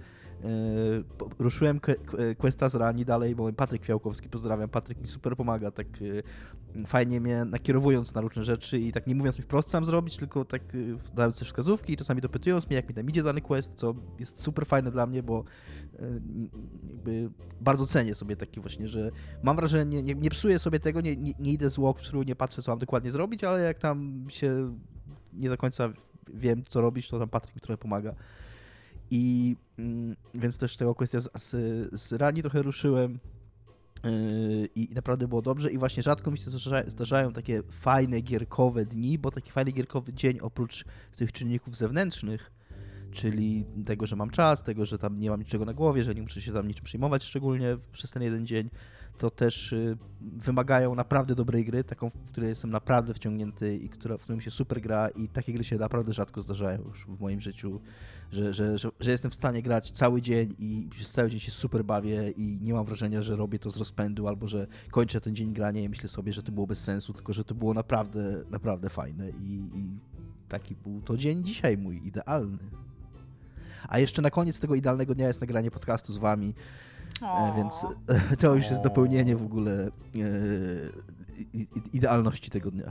po- ruszyłem que- que- questa z Rani dalej, bo Patryk Fiałkowski, pozdrawiam, Patryk mi super pomaga, tak y, fajnie mnie nakierowując na różne rzeczy i tak nie mówiąc mi wprost co mam zrobić, tylko tak y, dając też wskazówki i czasami dopytując mnie, jak mi tam idzie dany quest, co jest super fajne dla mnie, bo y, jakby bardzo cenię sobie taki właśnie, że mam wrażenie, nie, nie psuję sobie tego, nie, nie, nie idę z walkthrough, nie patrzę co mam dokładnie zrobić, ale jak tam się nie do końca wiem co robić, to tam Patryk mi trochę pomaga. I mm, więc też tego kwestia z, z, z Rani trochę ruszyłem yy, i naprawdę było dobrze i właśnie rzadko mi się zdarza, zdarzają takie fajne gierkowe dni, bo taki fajny gierkowy dzień oprócz tych czynników zewnętrznych, czyli tego, że mam czas, tego, że tam nie mam niczego na głowie, że nie muszę się tam niczym przejmować szczególnie przez ten jeden dzień, to też y, wymagają naprawdę dobrej gry, taką, w której jestem naprawdę wciągnięty i która, w którym się super gra i takie gry się naprawdę rzadko zdarzają już w moim życiu, że, że, że, że jestem w stanie grać cały dzień i przez cały dzień się super bawię i nie mam wrażenia, że robię to z rozpędu albo że kończę ten dzień grania i myślę sobie, że to było bez sensu, tylko że to było naprawdę, naprawdę fajne i, i taki był to dzień dzisiaj mój, idealny. A jeszcze na koniec tego idealnego dnia jest nagranie podcastu z wami, O. e, więc e, to już jest dopełnienie w ogóle e, i- i- idealności tego dnia.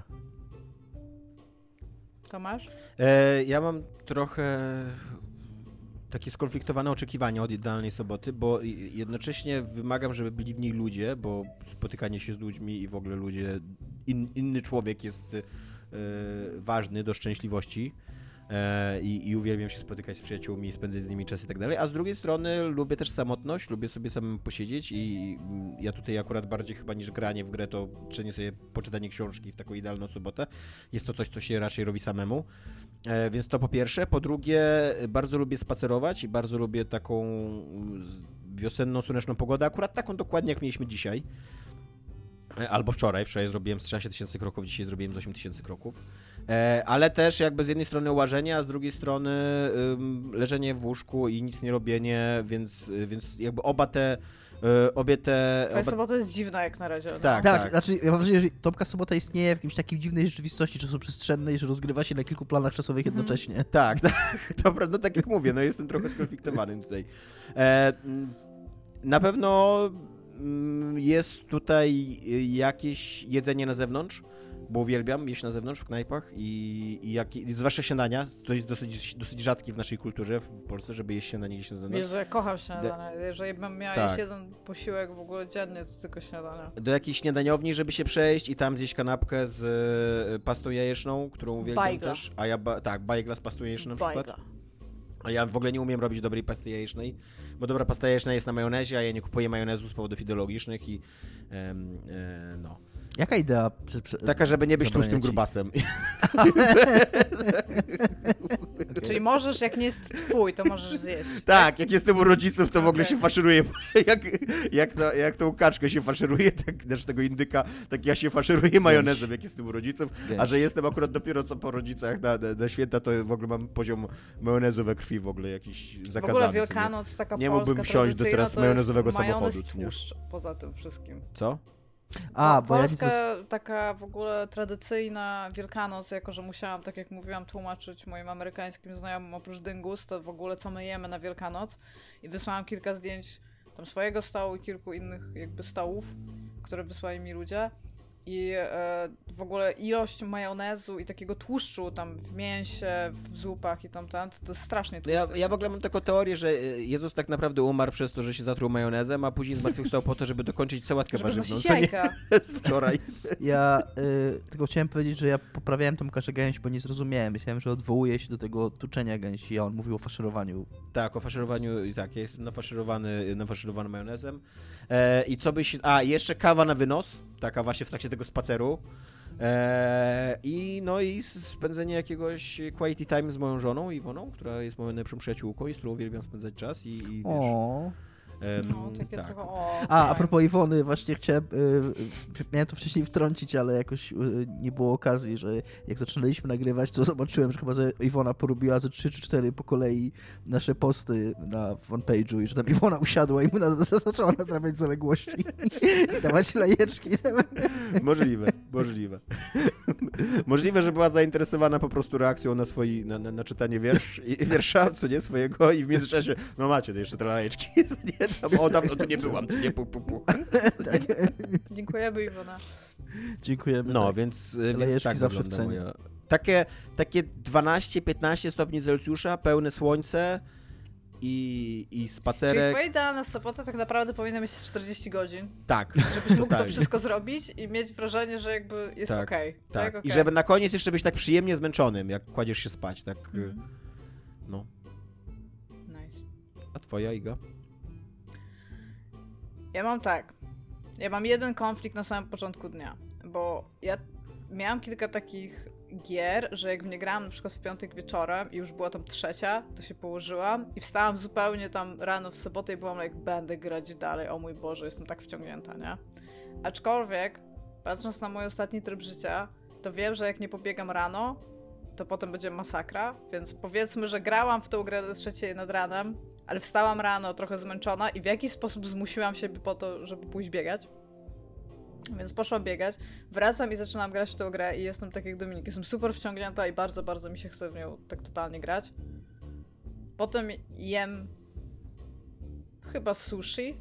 Tomasz? E, ja mam trochę takie skonfliktowane oczekiwania od idealnej soboty, bo i- jednocześnie wymagam, żeby byli w niej ludzie, bo spotykanie się z ludźmi i w ogóle ludzie, in, inny człowiek jest e, ważny do szczęśliwości. E, i, I uwielbiam się spotykać z przyjaciółmi, spędzać z nimi czas i tak dalej, a z drugiej strony lubię też samotność, lubię sobie samemu posiedzieć i mm, ja tutaj akurat bardziej chyba niż granie w grę, to czynię sobie poczytanie książki w taką idealną sobotę. Jest to coś, co się raczej robi samemu, e, więc to po pierwsze. Po drugie, bardzo lubię spacerować i bardzo lubię taką mm, wiosenną, słoneczną pogodę, akurat taką dokładnie jak mieliśmy dzisiaj. Albo wczoraj, wczoraj zrobiłem z trzynaście tysięcy kroków, dzisiaj zrobiłem z osiem tysięcy kroków. E, ale też jakby z jednej strony łażenie, a z drugiej strony ym, leżenie w łóżku i nic nie robienie, więc, więc jakby oba te, y, obie te... Twoja Oba... sobota jest dziwna jak na razie. No. Tak. Tak, znaczy ja mam wrażenie, że Tomka Sobota istnieje w jakimś takiej dziwnej rzeczywistości czasoprzestrzennej, że rozgrywa się na kilku planach czasowych Mhm. jednocześnie. Tak, tak, dobra, no tak jak mówię, no jestem trochę skonfliktowany tutaj. E, mm, na pewno mm, jest tutaj jakieś jedzenie na zewnątrz, bo uwielbiam jeść na zewnątrz w knajpach i, i, jak, i zwłaszcza śniadania, to jest dosyć, dosyć rzadkie w naszej kulturze w Polsce, żeby jeść śniadanie gdzieś na zewnątrz. Jezu, ja kocham śniadanie. Jeżeli bym miała Tak. jeść jeden posiłek w ogóle dziennie, to tylko śniadania. Do jakiejś śniadaniowni, żeby się przejść i tam zjeść kanapkę z e, pastą jajeczną, którą uwielbiam Bajgla. też. A ja, ba- tak, bajgla z pastą jajeczną na przykład. Bajga. A ja w ogóle nie umiem robić dobrej pasty jajecznej, bo dobra pasta jajeczna jest na majonezie, a ja nie kupuję majonezu z powodów ideologicznych i em, e, no. Jaka idea? Prze, prze, Taka, żeby nie być zabrania tłustym ci? grubasem. Czyli możesz, jak nie jest twój, to możesz zjeść. Tak, jak jestem u rodziców, to w ogóle Okej. się faszeruję. Jak, jak, to, jak tą kaczkę się faszeruje, tak też tego indyka, tak ja się faszeruję majonezem, jak jestem u rodziców. A Gęś. że jestem akurat dopiero co po rodzicach na, na, na święta, to w ogóle mam poziom majonezu we krwi w ogóle jakiś zakazany. W ogóle co nie? Wielkanoc, taka Nie polska mógłbym wsiąść do tradycyjna, teraz to majonezowego jest majonez samochodu, i co nie? tłuszcz poza tym wszystkim. Co? A, Po- bo ja nic Polska taka w ogóle tradycyjna Wielkanoc, jako że musiałam, tak jak mówiłam, tłumaczyć moim amerykańskim znajomym oprócz dyngus, to w ogóle co my jemy na Wielkanoc i wysłałam kilka zdjęć tam swojego stołu i kilku innych jakby stołów, które wysłali mi ludzie i e, w ogóle ilość majonezu i takiego tłuszczu tam w mięsie, w zupach i tam ten, to jest strasznie No ja, tłuste. ja w ogóle mam taką teorię, że Jezus tak naprawdę umarł przez to, że się zatruł majonezem, a później zmartwychwstał po to, żeby dokończyć sałatkę Żeby warzywną. znosić Co nie? jajka. Z wczoraj. Ja y, tylko chciałem powiedzieć, że ja poprawiałem Tomka gęś, bo nie zrozumiałem. Myślałem, że odwołuje się do tego tuczenia gęsi, a on mówił o faszerowaniu. Tak, o faszerowaniu, i tak, ja jestem nafaszerowany, nafaszerowany majonezem. E, I co byś... A, jeszcze kawa na wynos, taka właśnie w trakcie tego spaceru. E, I no i s- spędzenie jakiegoś quality time z moją żoną Iwoną, która jest moją najlepszą przyjaciółką i z którą uwielbiam spędzać czas i, i wiesz, O, Um, No, takie tak. trochę... O, A, fajnie. a propos Iwony, właśnie chciałem, y, y, miałem to wcześniej wtrącić, ale jakoś y, nie było okazji, że jak zaczynaliśmy nagrywać, to zobaczyłem, że chyba że Iwona porobiła ze trzy czy cztery po kolei nasze posty na fanpage'u i że tam Iwona usiadła i mu na, zaczęła nadrabiać zaległości i dawać lajeczki. Możliwe, możliwe. Możliwe, że była zainteresowana po prostu reakcją na, swoi, na, na, na czytanie wiersz, i- wiersza, co nie, swojego i w międzyczasie, no macie to jeszcze te lajeczki, co nie, tam, o dawno tu nie byłam, co nie, pu, pu, pu. Tak. Dziękujemy, Iwona. Dziękujemy. No, tak. więc, więc Lajeczki tak zawsze w wygląda cenie. moja... Takie, takie dwanaście piętnaście stopni Celsjusza, pełne słońce i, i Czyli spacerek. twoja idealna sobota tak naprawdę powinna mieć czterdzieści godzin, Tak. żebyś mógł to Tak. wszystko zrobić i mieć wrażenie, że jakby jest Tak, okej. Tak. okej. I żeby na koniec jeszcze być tak przyjemnie zmęczonym, jak kładziesz się spać, tak. Mhm. No. Nice. A twoja, Iga? Ja mam tak. Ja mam jeden konflikt na samym początku dnia, bo ja miałam kilka takich gier, że jak w nie grałam na przykład w piątek wieczorem i już była tam trzecia, to się położyłam i wstałam zupełnie tam rano w sobotę i byłam jak będę grać dalej, o mój Boże, jestem tak wciągnięta, nie? Aczkolwiek, patrząc na mój ostatni tryb życia, to wiem, że jak nie pobiegam rano, to potem będzie masakra, więc powiedzmy, że grałam w tą grę do trzeciej nad ranem, ale wstałam rano trochę zmęczona i w jakiś sposób zmusiłam siebie po to, żeby pójść biegać. Więc poszłam biegać, wracam i zaczynam grać w tę grę i jestem tak jak Dominik, jestem super wciągnięta i bardzo, bardzo mi się chce w nią tak totalnie grać. Potem jem chyba sushi,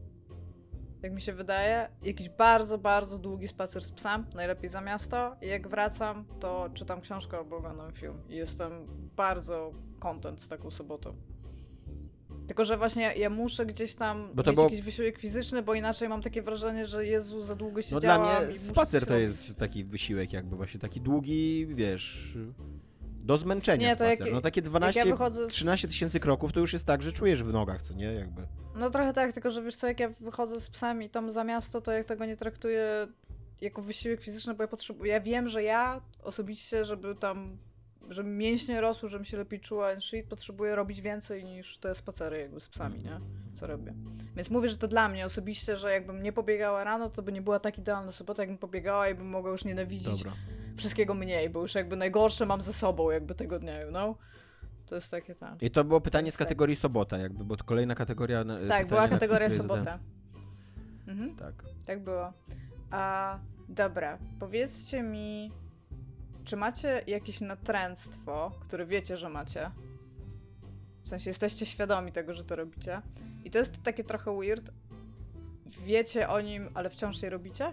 jak mi się wydaje, jakiś bardzo, bardzo długi spacer z psem, najlepiej za miasto i jak wracam, to czytam książkę albo oglądam film i jestem bardzo content z taką sobotą. Tylko, że właśnie ja, ja muszę gdzieś tam Bo to mieć było- jakiś wysiłek fizyczny, bo inaczej mam takie wrażenie, że Jezu, za długo No siedziałam dla i mnie muszę spacer coś to robić. jest taki wysiłek jakby właśnie, taki długi, wiesz, do zmęczenia Nie, to spacer. jak- no takie jak dwanaście ja wychodzę z- trzynaście tysięcy kroków to już jest tak, że czujesz w nogach, co nie, jakby. No trochę tak, tylko że wiesz co, jak ja wychodzę z psem i tam za miasto, to jak tego nie traktuję jako wysiłek fizyczny, bo ja potrzebuję, ja wiem, że ja osobiście, żeby tam, żeby mięśnie rosły, żebym się lepiej czuła and shit, potrzebuję robić więcej niż te spacery jakby z psami, nie? Co robię. Więc mówię, że to dla mnie osobiście, że jakbym nie pobiegała rano, to by nie była tak idealna sobota, jakbym pobiegała i bym mogła już nienawidzić Dobra. wszystkiego mniej, bo już jakby najgorsze mam ze sobą jakby tego dnia, you know? To jest takie tam. I to było pytanie z Tak. kategorii sobota jakby, bo to kolejna kategoria... na- Tak, pytanie, była na kategoria które zadałem. sobota. Mhm. Tak. Tak było. A dobra, powiedzcie mi, czy macie jakieś natręctwo, które wiecie, że macie? W sensie jesteście świadomi tego, że to robicie. I to jest takie trochę weird. Wiecie o nim, ale wciąż je robicie?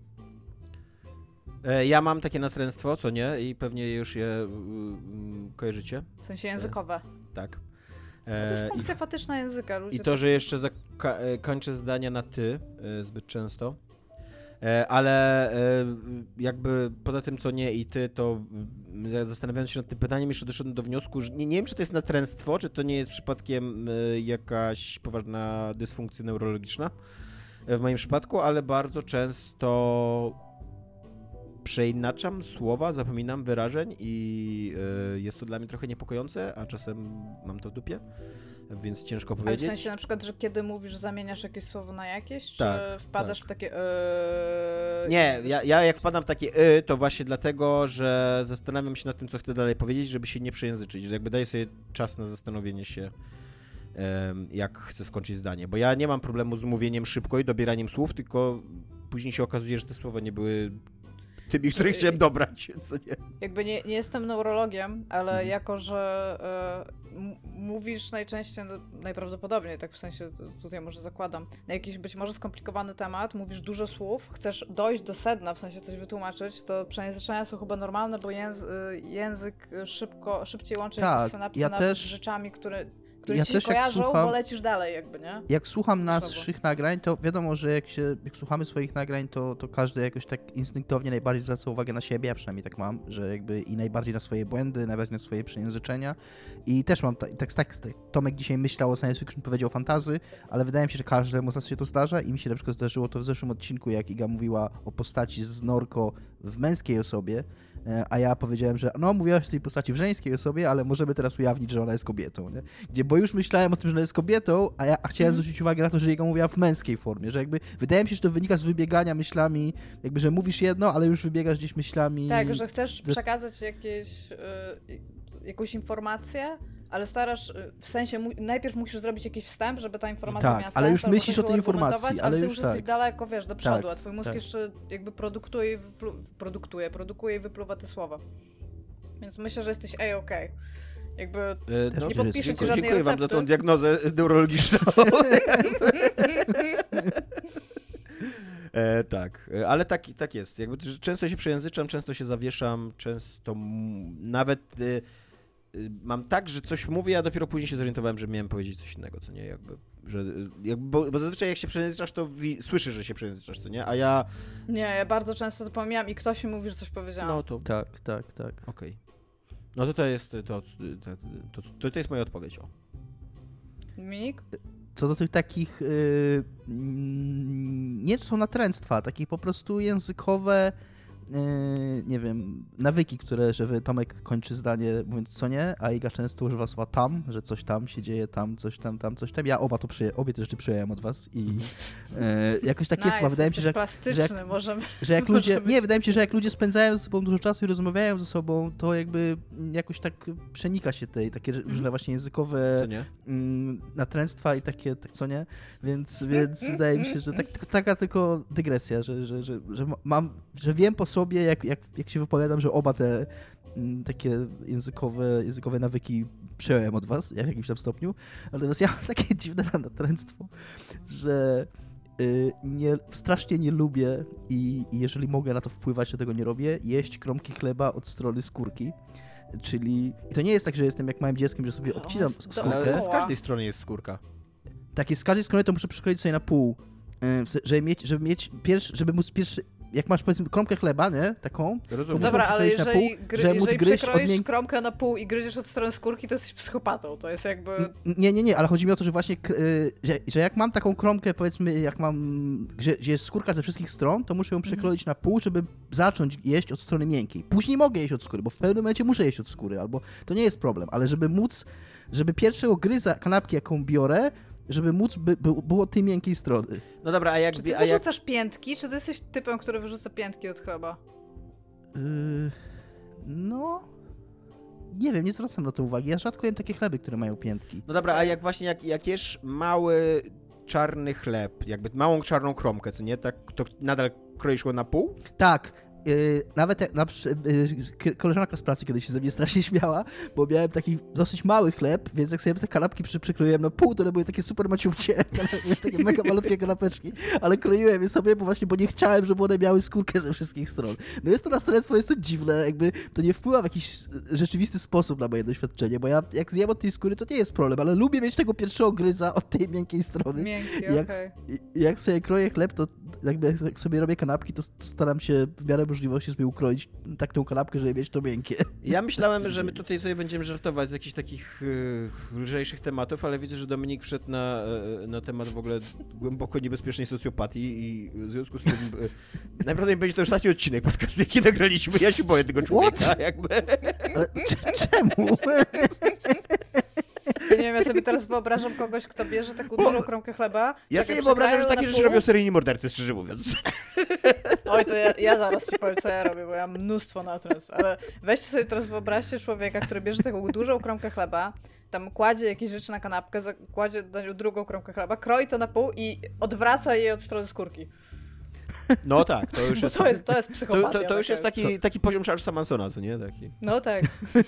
E, Ja mam takie natręctwo, co nie, i pewnie już je mm, kojarzycie. W sensie językowe. Tak. No to jest E, funkcja fatyczna języka. Ludzie I to, że jeszcze zaka- e, kończę zdania na ty e, zbyt często. E, Ale e, jakby poza tym, co nie i ty, to mm, ja zastanawiając się nad tym pytaniem, jeszcze doszedłem do wniosku, że nie, nie wiem, czy to jest natręctwo, czy to nie jest przypadkiem e, jakaś poważna dysfunkcja neurologiczna e, w moim przypadku, ale bardzo często przeinaczam słowa, zapominam wyrażeń i e, jest to dla mnie trochę niepokojące, a czasem mam to w dupie, więc ciężko Ale w powiedzieć. sensie na przykład, że kiedy mówisz, zamieniasz jakieś słowo na jakieś, Tak, czy wpadasz tak. w takie... Yy... Nie, ja, ja jak wpadam w takie y, to właśnie dlatego, że zastanawiam się nad tym, co chcę dalej powiedzieć, żeby się nie przejęzyczyć, że jakby daję sobie czas na zastanowienie się, em, jak chcę skończyć zdanie, bo ja nie mam problemu z mówieniem szybko i dobieraniem słów, tylko później się okazuje, że te słowa nie były tymi, Czy- których chciałem dobrać, co nie? Jakby nie, nie jestem neurologiem, ale Mhm. jako, że e, m- mówisz najczęściej, no, najprawdopodobniej, tak w sensie t- tutaj może zakładam, na jakiś być może skomplikowany temat, mówisz dużo słów, chcesz dojść do sedna, w sensie coś wytłumaczyć, to przejęzyczenia są chyba normalne, bo języ, y, język szybko, szybciej łączy Tak, jakieś synapsy ja nawet też- z rzeczami, które, które ja ci też się jak kojarzą, słucham- bo lecisz dalej jakby, nie? Jak słucham Słowo. naszych nagrań, to wiadomo, że jak, się, jak słuchamy swoich nagrań, to, to każdy jakoś tak instynktownie najbardziej zwraca uwagę na siebie, ja przynajmniej tak mam, że jakby i najbardziej na swoje błędy, najbardziej na swoje przejęzyczenia. I też mam, ta, tak, tak, tak, Tomek dzisiaj myślał o science fiction, powiedział fantasy, ale wydaje mi się, że każdemu z nas się to zdarza i mi się na przykład zdarzyło to w zeszłym odcinku, jak Iga mówiła o postaci z Norko w męskiej osobie, a ja powiedziałem, że no mówiłaś o tej postaci w żeńskiej osobie, ale możemy teraz ujawnić, że ona jest kobietą, nie? Gdzie bo już myślałem o tym, że ona jest kobietą, a ja a chciałem Mhm. zwrócić uwagę na to, że jego mówiła w męskiej formie, że jakby wydaje mi się, że to wynika z wybiegania myślami, jakby, że mówisz jedno, ale już wybiegasz gdzieś myślami. Tak, że chcesz że- przekazać jakieś, y, jakąś informację, ale starasz, y, w sensie mu, najpierw musisz zrobić jakiś wstęp, żeby ta informacja Tak, miała sens, ale już albo myślisz coś o tej uargumentować, informacji, ale ale ty już już jesteś tak. daleko, wiesz, do przodu, Tak, a twój mózg tak. jeszcze jakby produktuje i wyplu, produkuje, produkuje i wypluwa te słowa. Więc myślę, że jesteś a-okej. Jakby E, Też no, nie podpiszę ci dziękuję, żadnej dziękuję wam za recepty. tą diagnozę neurologiczną. E, tak, e, ale tak, tak jest. Jakby, że często się przejęzyczam, często się zawieszam, często m- nawet e, e, mam tak, że coś mówię, a dopiero później się zorientowałem, że miałem powiedzieć coś innego, co nie, jakby, że, e, jakby bo, bo zazwyczaj jak się przejęzyczasz, to wi- słyszysz, że się przejęzyczasz, co nie, a ja, nie, ja bardzo często to pomijam i ktoś mi mówi, że coś powiedziałam. no to Tak, tak, tak. okej. No to to jest, to, to, to, to, to jest moja odpowiedź, o. Dominik? Co do tych takich, yy, mm, nie są natręctwa, takich po prostu językowe, yy, nie wiem, nawyki, które, że wy, Tomek kończy zdanie mówiąc co nie, a Iga często używa słowa tam, że coś tam się dzieje, tam, coś tam, tam, coś tam. Ja oba to przyję, obie te rzeczy przyjąłem od was i yy, jakoś tak jest, Nice, wydaje mi się, jesteś że plastyczny, że jak- możemy... że jak Może ludzie, być. nie, wydaje mi się, że jak ludzie spędzają ze sobą dużo czasu i rozmawiają ze sobą, to jakby jakoś tak przenika się tej, takie Mhm. różne właśnie językowe Co nie? mm, natręctwa i takie, tak co nie, więc, więc wydaje mi się, że tak, taka tylko dygresja, że, że, że, że mam, że wiem po sobie, jak, jak, jak się wypowiadam, że oba te mm, takie językowe, językowe nawyki przejąłem od was, ja w jakimś tam stopniu, natomiast ja mam takie dziwne natręctwo, że y, nie, strasznie nie lubię i, i jeżeli mogę na to wpływać, to tego nie robię, jeść kromki chleba od strony skórki. Czyli i to nie jest tak, że jestem jak małym dzieckiem, że sobie O, odcinam z- do- skórkę. Ale z Koła. każdej strony jest skórka. Tak jest, z każdej strony to muszę przykroić sobie na pół, yy, w se- żeby mieć, żeby mieć pierwszy, żeby móc pierwszy, jak masz powiedzmy kromkę chleba, nie, taką, Rozumiem. muszę Dobra, ale przykroić na jeżeli, pół, gry, żeby móc jeżeli gryźć przekroisz od mięk- kromkę na pół i gryziesz od strony skórki, to jesteś psychopatą. To jest jakby... N- Nie, nie, nie, ale chodzi mi o to, że właśnie, k- y, że, że jak mam taką kromkę, powiedzmy, jak mam, gdzie, gdzie jest skórka ze wszystkich stron, to muszę ją przekroić na pół, żeby zacząć jeść od strony miękkiej. Później mogę jeść od skóry, bo w pewnym momencie muszę jeść od skóry, albo to nie jest problem, ale żeby móc, żeby pierwszego gryza kanapki, jaką biorę, żeby móc by, by, było tej miękkiej strony. No dobra, a jak... Czy ty a jak... wyrzucasz piętki, czy ty jesteś typem, który wyrzuca piętki od chleba? Yy, no... Nie wiem, nie zwracam na to uwagi. Ja rzadko jem takie chleby, które mają piętki. No dobra, a jak właśnie, jak, jak jesz mały czarny chleb, jakby małą czarną kromkę, co nie, tak, to nadal kroisz go na pół? Tak, yy, nawet jak na, przy- yy, k- koleżanka z pracy kiedyś się ze mnie strasznie śmiała, bo miałem taki dosyć mały chleb, więc jak sobie te kanapki przy, przykroiłem na pół, to one były takie super maciubcie, takie mega malutkie kanapeczki, ale kroiłem je sobie, bo właśnie, bo nie chciałem, żeby one miały skórkę ze wszystkich stron. No jest to nastręctwo, jest to dziwne, jakby to nie wpływa w jakiś rzeczywisty sposób na moje doświadczenie, bo ja jak zjem od tej skóry, to nie jest problem, ale lubię mieć tego pierwszego gryza od tej miękkiej strony. Miękkie, I jak, okej. i jak sobie kroję chleb, to jakby jak sobie robię kanapki, to, to staram się w miarę możliwości sobie ukroić tak tą kanapkę, żeby mieć to miękkie. Ja myślałem, że my tutaj sobie będziemy żartować z jakichś takich y, lżejszych tematów, ale widzę, że Dominik wszedł na, y, na temat w ogóle głęboko niebezpiecznej socjopatii i w związku z tym y, najprawdopodobniej będzie to ostatni odcinek podcastu, jaki nagraliśmy. Ja się boję tego człowieka, What? jakby. Ale c- czemu? Nie wiem, ja sobie teraz wyobrażam kogoś, kto bierze taką dużą kromkę chleba. Ja czekaj, sobie wyobrażam, że przekrają takie na rzeczy pół. robią seryjni mordercy, szczerze mówiąc. Oj, to ja, ja zaraz ci powiem, co ja robię, bo ja mam mnóstwo natręstw. Ale weźcie sobie teraz, wyobraźcie człowieka, który bierze taką dużą kromkę chleba, tam kładzie jakieś rzeczy na kanapkę, za- kładzie na nią drugą kromkę chleba, kroi to na pół i odwraca jej od strony skórki. No tak, to już Bo jest... to jest, to jest To, psychopatia. to, to już jest taka. taki, taki poziom Charlesa Mansona, co nie? Taki. No tak.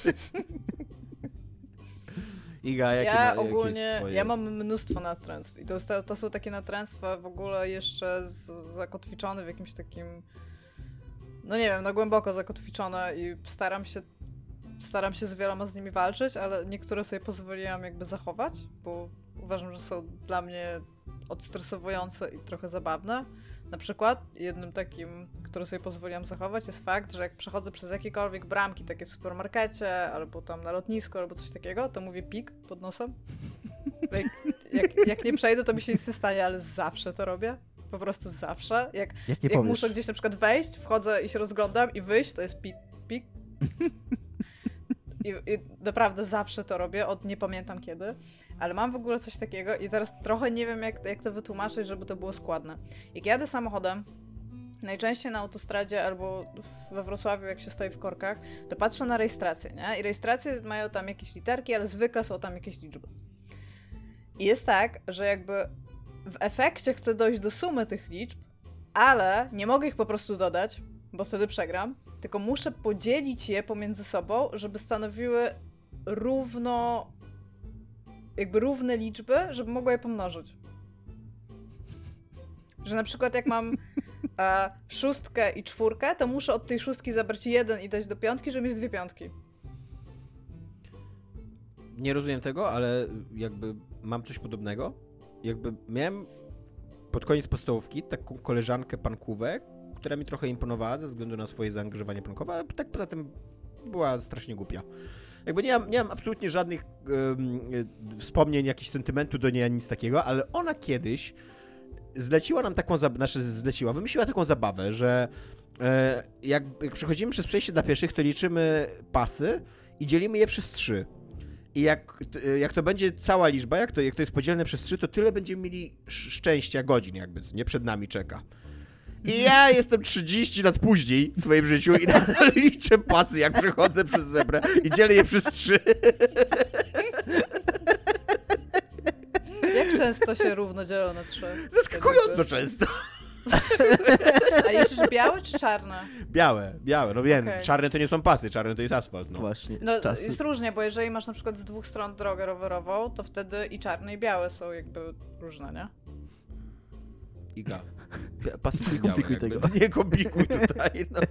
Iga, jakie Ja ma, jakie ogólnie, jest twoje... ja mam mnóstwo natręstw i to, jest- to są takie natręstwa w ogóle jeszcze z, zakotwiczone w jakimś takim, no nie wiem, no głęboko zakotwiczone i staram się, staram się z wieloma z nimi walczyć, ale niektóre sobie pozwoliłam jakby zachować, bo uważam, że są dla mnie odstresowujące i trochę zabawne. Na przykład jednym takim, który sobie pozwoliłam zachować, jest fakt, że jak przechodzę przez jakiekolwiek bramki, takie w supermarkecie, albo tam na lotnisku, albo coś takiego, to mówię pik pod nosem. Jak, jak, jak nie przejdę, to mi się nic nie stanie, ale zawsze to robię. Po prostu zawsze. Jak, Jak nie jak powiesz. muszę gdzieś na przykład wejść, wchodzę i się rozglądam i wyjść, to jest pik, pik. I, I naprawdę zawsze to robię, od nie pamiętam kiedy, ale mam w ogóle coś takiego i teraz trochę nie wiem, jak, jak to wytłumaczyć, żeby to było składne. Jak jadę samochodem, najczęściej na autostradzie albo we Wrocławiu, jak się stoi w korkach, to patrzę na rejestrację, nie? I rejestracje mają tam jakieś literki, ale zwykle są tam jakieś liczby. I jest tak, że jakby w efekcie chcę dojść do sumy tych liczb, ale nie mogę ich po prostu dodać, bo wtedy przegram, tylko muszę podzielić je pomiędzy sobą, żeby stanowiły równo, jakby równe liczby, żeby mogła je pomnożyć. Że na przykład jak mam e, szóstkę i czwórkę, to muszę od tej szóstki zabrać jeden i dać do piątki, żeby mieć dwie piątki. Nie rozumiem tego, ale jakby mam coś podobnego. Jakby miałem pod koniec podstawówki taką koleżankę pankówek, która mi trochę imponowała ze względu na swoje zaangażowanie punkowe, ale tak poza tym była strasznie głupia. Jakby nie mam, nie mam absolutnie żadnych um, wspomnień, jakichś sentymentu do niej, ani nic takiego, ale ona kiedyś zleciła nam taką, zab- znaczy zleciła, wymyśliła taką zabawę, że e, jak, jak przechodzimy przez przejście dla pieszych, to liczymy pasy i dzielimy je przez trzy. I jak, jak to będzie cała liczba, jak to, jak to jest podzielone przez trzy, to tyle będziemy mieli szczęścia godzin, jakby, nie przed nami czeka. I ja jestem trzydzieści lat później w swoim życiu i nadal liczę pasy, jak przechodzę przez zebrę i dzielę je przez trzy. Jak często się równo dzielą na trzy? Zaskakująco często. A liczysz białe czy czarne? Białe, białe, no wiem, Okay. Czarne to nie są pasy, czarne to jest asfalt, no. Właśnie. No czasy. jest różnie, bo jeżeli masz na przykład z dwóch stron drogę rowerową, to wtedy i czarne i białe są jakby różne, nie? Iga. Pasy, nie komplikuj tego. Nie komplikuj tutaj, no.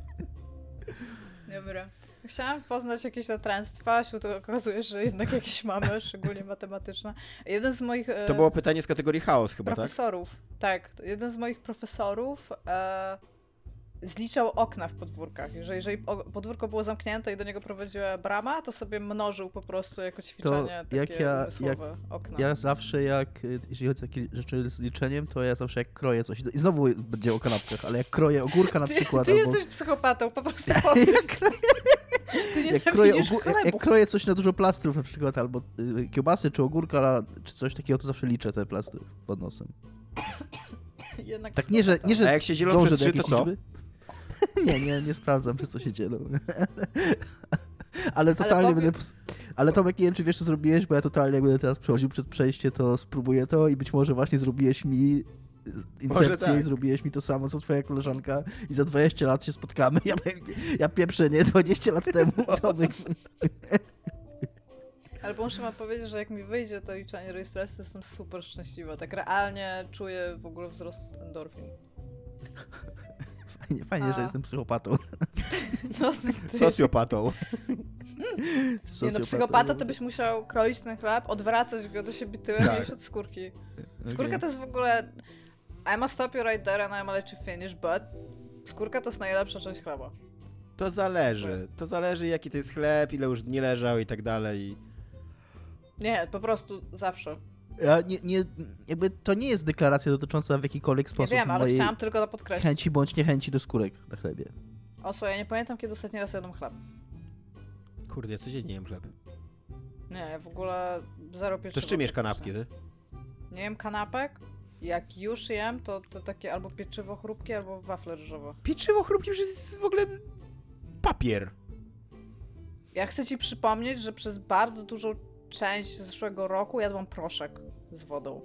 Dobra. Chciałam poznać jakieś natręctwa, się to okazuje, że jednak jakieś mamy, szczególnie matematyczne. Jeden z moich e, To było pytanie z kategorii chaos chyba, tak? profesorów, tak? tak, jeden z moich profesorów e, zliczał okna w podwórkach. Że jeżeli o, podwórko było zamknięte i do niego prowadziła brama, to sobie mnożył po prostu jako ćwiczenie To jak takie ja- umysłowe jak okna. Ja zawsze jak, y, jeżeli chodzi o takie rzeczy z liczeniem, to ja zawsze jak kroję coś, i znowu będzie o kanapkach, ale jak kroję ogórka na Ty, przykład, ty albo jesteś psychopatą, po prostu powiem. Ty jak kroję, nienawidzisz ogór, jak, chlebu. jak kroję coś na dużo plastrów na przykład, albo y, kiełbasy, czy ogórka, czy coś takiego, to zawsze liczę te plastry pod nosem. Jednak Tak nie, że, nie, że A jak się dzielą dążę przez do trzy, to jakiejś co? liczby. nie, nie, nie sprawdzam, przez co się dzielą. Ale totalnie Ale będę... pos- Ale Tomek, nie wiem, czy wiesz, co zrobiłeś, bo ja totalnie jak będę teraz przechodził przed przejście, to spróbuję to i być może właśnie zrobiłeś mi incepcję tak. i zrobiłeś mi to samo, co twoja koleżanka i za dwadzieścia lat się spotkamy. Ja, ja pieprzę, nie? dwadzieścia lat temu, Tomek. Ale muszę wam powiedzieć, że jak mi wyjdzie to liczenie rejestracji, to jestem super szczęśliwa. Tak realnie czuję w ogóle wzrost endorfin. Fajnie, fajnie A. że jestem psychopatą. No, ty, Socjopatą. nie, no psychopata to byś musiał kroić ten chleb, odwracać go do siebie tyłem Tak. i jeść od skórki. Skórka Okej. to jest w ogóle... I'ma stop you right there and I'ma let you finish, but skórka to jest najlepsza część chleba. To zależy. To zależy, jaki to jest chleb, ile już nie leżał i tak dalej. Nie, po prostu zawsze. Ja nie, nie, jakby to nie jest deklaracja dotycząca w jakikolwiek Nie sposób wiem, ale mojej chciałam tylko to podkreślić. chęci bądź niechęci do skórek na chlebie. Oso, ja nie pamiętam, kiedy ostatni raz jadłem chleb. Kurde, ja codziennie jem chleb. Nie, ja w ogóle zero pieczywa. To z czym jesz kanapki, ty? Nie jem kanapek. Jak już jem, to, to takie albo pieczywo chrupkie, albo wafle ryżowe. Pieczywo chrupkie, że jest w ogóle papier. Ja chcę ci przypomnieć, że przez bardzo dużą część zeszłego roku jadłam proszek z wodą.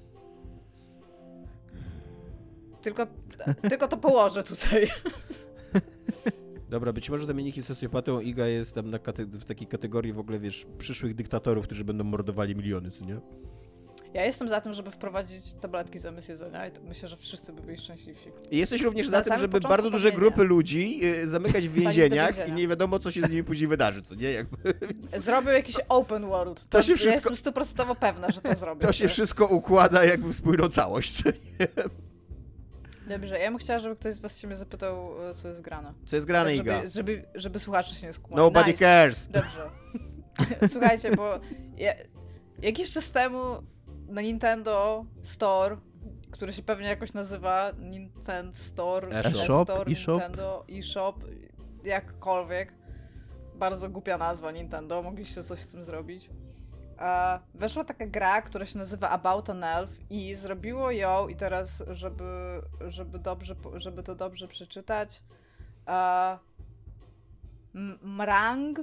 Tylko, tylko to położę tutaj. Dobra, być może Dominik jest socjopatą, Iga jest tam na kate- w takiej kategorii w ogóle, wiesz, przyszłych dyktatorów, którzy będą mordowali miliony, co nie? Ja jestem za tym, żeby wprowadzić tabletki zamiast jedzenia i to myślę, że wszyscy by byli szczęśliwsi. I jesteś również Na za tym, samym żeby początku bardzo duże pewnie grupy nie. ludzi y, zamykać w Wsadzić do więzieniach i więzienia. nie wiadomo, co się z nimi później wydarzy, co nie? Jakby, więc Zrobił jakiś open world. To się Ja wszystko- jestem stuprocentowo pewna, że to zrobię. to się wszystko układa jakby w spójną całość, co nie? Dobrze, ja bym chciała, żeby ktoś z was się mnie zapytał, e, co jest grane. Co jest grane, Tak, Iga? żeby, żeby, żeby słuchacze się nie skumali. Nobody Nice. cares! Dobrze. Słuchajcie, bo ja, jakiś czas temu na Nintendo Store, który się pewnie jakoś nazywa Nintendo Store, E-shop. E-Store, E-shop, Nintendo, eShop, jakkolwiek, bardzo głupia nazwa Nintendo, mogliście coś z tym zrobić. E, weszła taka gra, która się nazywa About an Elf i zrobiło ją, i teraz, żeby, żeby, dobrze, żeby to dobrze przeczytać, e, Mrang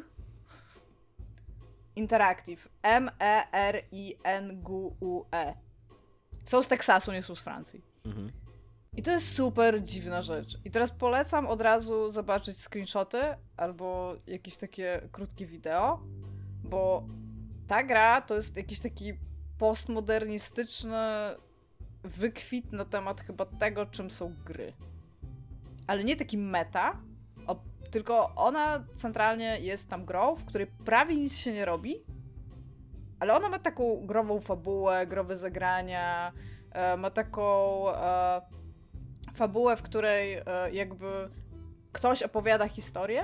Interactive. M E R I N G U E. Są z Teksasu, nie są z Francji. Mhm. I to jest super dziwna rzecz. I teraz polecam od razu zobaczyć screenshoty albo jakieś takie krótkie wideo, bo ta gra to jest jakiś taki postmodernistyczny wykwit na temat chyba tego, czym są gry. Ale nie taki meta, o, tylko ona centralnie jest tam grą, w której prawie nic się nie robi, ale ona ma taką grową fabułę, growe zagrania, e, ma taką e, fabułę, w której e, jakby ktoś opowiada historię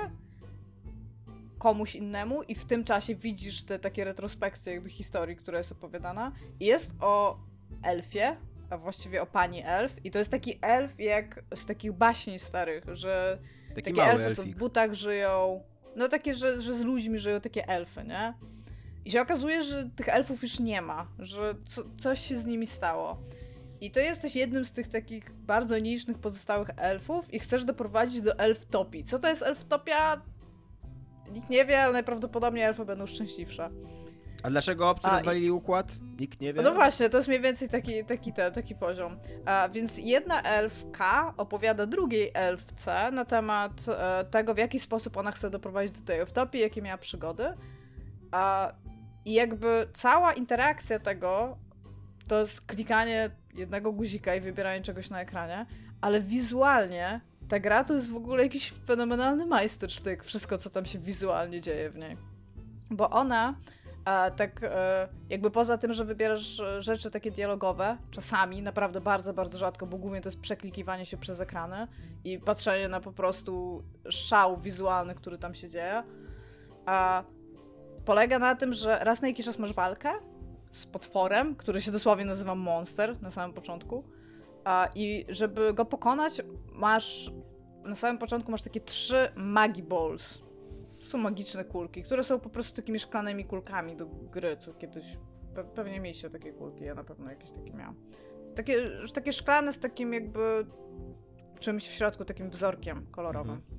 komuś innemu i w tym czasie widzisz te takie retrospekcje jakby historii, która jest opowiadana. I jest o elfie, a właściwie o pani elf. I to jest taki elf jak z takich baśni starych, że taki takie mały elfy, elfik. co w butach żyją. No takie, że, że z ludźmi żyją takie elfy, nie? I się okazuje, że tych elfów już nie ma, że co, coś się z nimi stało. I to jesteś jednym z tych takich bardzo nisznych pozostałych elfów i chcesz doprowadzić do elftopii. Co to jest elftopia? Nikt nie wie, ale najprawdopodobniej elfy będą szczęśliwsze. A dlaczego obcy A, rozwalili i... układ? Nikt nie wie? No właśnie, to jest mniej więcej taki, taki, te, taki poziom. A, więc jedna elfka opowiada drugiej elfce na temat e, tego, w jaki sposób ona chce doprowadzić do tej elftopii, jakie miała przygody. A, I jakby cała interakcja tego to jest klikanie jednego guzika i wybieranie czegoś na ekranie, ale wizualnie ta gra to jest w ogóle jakiś fenomenalny majstersztyk, wszystko co tam się wizualnie dzieje w niej. Bo ona a, tak e, jakby poza tym, że wybierasz rzeczy takie dialogowe, czasami, naprawdę bardzo, bardzo rzadko, bo głównie to jest przeklikiwanie się przez ekrany i patrzenie na po prostu szał wizualny, który tam się dzieje, a polega na tym, że raz na jakiś czas masz walkę z potworem, który się dosłownie nazywa Monster na samym początku. A, I żeby go pokonać, masz na samym początku masz takie trzy Magi Balls. To są magiczne kulki, które są po prostu takimi szklanymi kulkami do gry, co kiedyś pe- pewnie mieliście takie kulki, ja na pewno jakieś takie miałam. Takie, takie szklane z takim jakby czymś w środku, takim wzorkiem kolorowym. Mhm.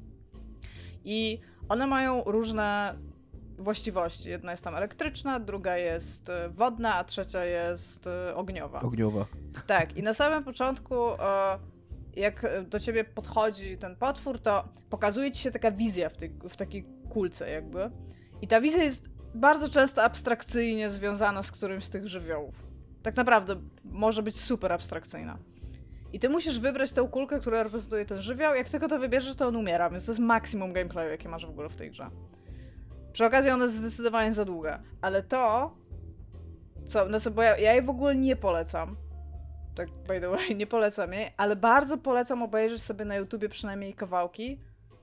I one mają różne właściwości. Jedna jest tam elektryczna, druga jest wodna, a trzecia jest ogniowa. Ogniowa. Tak, i na samym początku, jak do ciebie podchodzi ten potwór, to pokazuje ci się taka wizja w, tej, w takiej kulce jakby. I ta wizja jest bardzo często abstrakcyjnie związana z którymś z tych żywiołów. Tak naprawdę może być super abstrakcyjna. I ty musisz wybrać tę kulkę, która reprezentuje ten żywioł. Jak tylko to wybierzesz, to on umiera, więc to jest maksimum gameplayu, jakie masz w ogóle w tej grze. Przy okazji ona jest zdecydowanie za długa, ale to, co, no co, bo ja, ja jej w ogóle nie polecam, tak by the way, nie polecam jej, ale bardzo polecam obejrzeć sobie na YouTubie przynajmniej kawałki,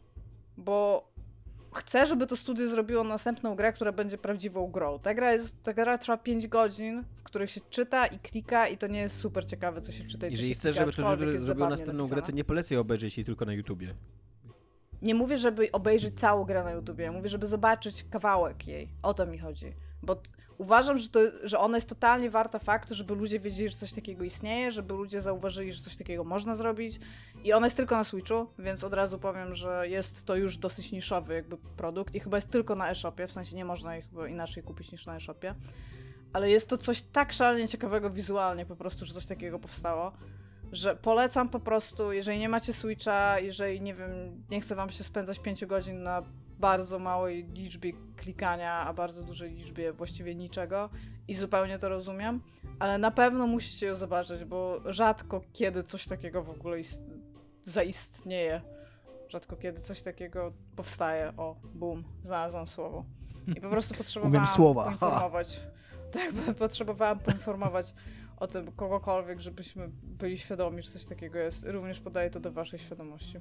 bo chcę, żeby to studio zrobiło następną grę, która będzie prawdziwą grą. Ta gra jest, ta gra trwa pięć godzin, w których się czyta i klika i to nie jest super ciekawe, co się czyta i Jeżeli co się chcesz, klika, żeby to zrobiło następną napisane. grę, to nie polecaj obejrzeć jej tylko na YouTubie. Nie mówię, żeby obejrzeć całą grę na YouTubie, mówię, żeby zobaczyć kawałek jej. O to mi chodzi. Bo t- uważam, że, to, że ona jest totalnie warta faktu, żeby ludzie wiedzieli, że coś takiego istnieje, żeby ludzie zauważyli, że coś takiego można zrobić. I ona jest tylko na Switchu, więc od razu powiem, że jest to już dosyć niszowy jakby produkt i chyba jest tylko na eShopie, w sensie nie można ich chyba inaczej kupić niż na eShopie. Ale jest to coś tak szalenie ciekawego wizualnie po prostu, że coś takiego powstało, że polecam po prostu, jeżeli nie macie Switcha, jeżeli, nie wiem, nie chce wam się spędzać pięć godzin na bardzo małej liczbie klikania, a bardzo dużej liczbie właściwie niczego i zupełnie to rozumiem, ale na pewno musicie ją zobaczyć, bo rzadko kiedy coś takiego w ogóle ist- zaistnieje. Rzadko kiedy coś takiego powstaje. O, boom, znalazłam słowo. I po prostu potrzebowałam Umiem słowa. poinformować. Tak, potrzebowałam poinformować o tym kogokolwiek, żebyśmy byli świadomi, że coś takiego jest. Również podaję to do waszej świadomości.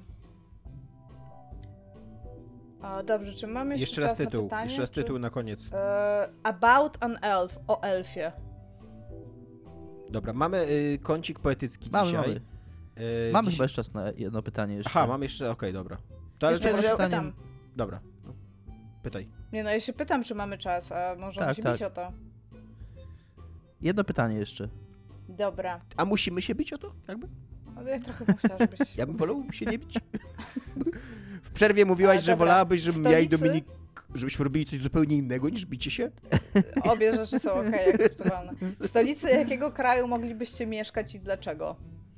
A, dobrze, czy mamy jeszcze, Jeszcze czas raz tytuł, na pytanie? jeszcze raz czy... tytuł na koniec. E, About an Elf, o elfie. Dobra, mamy y, kącik poetycki Mamy, dzisiaj. mamy. Y, Mamy dziś... chyba jeszcze czas na jedno pytanie jeszcze. Aha, mamy jeszcze, okej, okay, dobra. To ale Jeszcze to, może że... pytam. Dobra. Pytaj. Nie no, ja się pytam, czy mamy czas, a możemy Tak, się tak. bić o to. Jedno pytanie jeszcze. Dobra. A musimy się bić o to? Jakby? Ale ja trochę bym chciała, żebyś... Ja bym wolał się nie bić. W przerwie mówiłaś, Ale że dobra, wolałabyś, żebym w ja i stolicy- Dominik, żebyśmy robili coś zupełnie innego niż bicie się? Obie rzeczy są okej, akceptowalne. W stolicy jakiego kraju moglibyście mieszkać i dlaczego?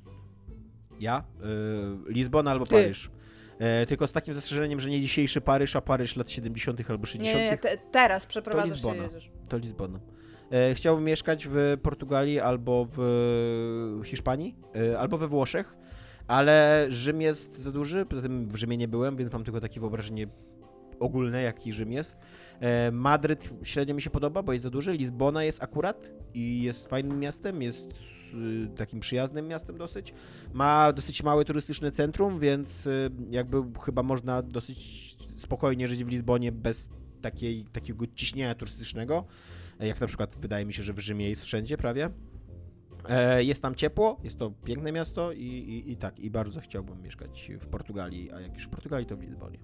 Ja? Y, Lizbona albo Ty. Paryż. E, tylko z takim zastrzeżeniem, że nie dzisiejszy Paryż, a Paryż lat siedemdziesiątych albo Nie, sześćdziesiątych. nie, nie te, teraz przeprowadzasz się Lizbona. i jedziesz. To Lizbona. E, chciałbym mieszkać w Portugalii albo w Hiszpanii, e, albo we Włoszech, ale Rzym jest za duży, poza tym w Rzymie nie byłem, więc mam tylko takie wyobrażenie ogólne, jaki Rzym jest. E, Madryt średnio mi się podoba, bo jest za duży. Lizbona jest akurat i jest fajnym miastem, jest y, takim przyjaznym miastem dosyć. Ma dosyć małe turystyczne centrum, więc y, jakby chyba można dosyć spokojnie żyć w Lizbonie bez takiej, takiego ciśnienia turystycznego, jak na przykład wydaje mi się, że w Rzymie jest wszędzie prawie. E, jest tam ciepło, jest to piękne miasto i, i, i tak, i bardzo chciałbym mieszkać w Portugalii, a jak już w Portugalii, to w Lizbonie.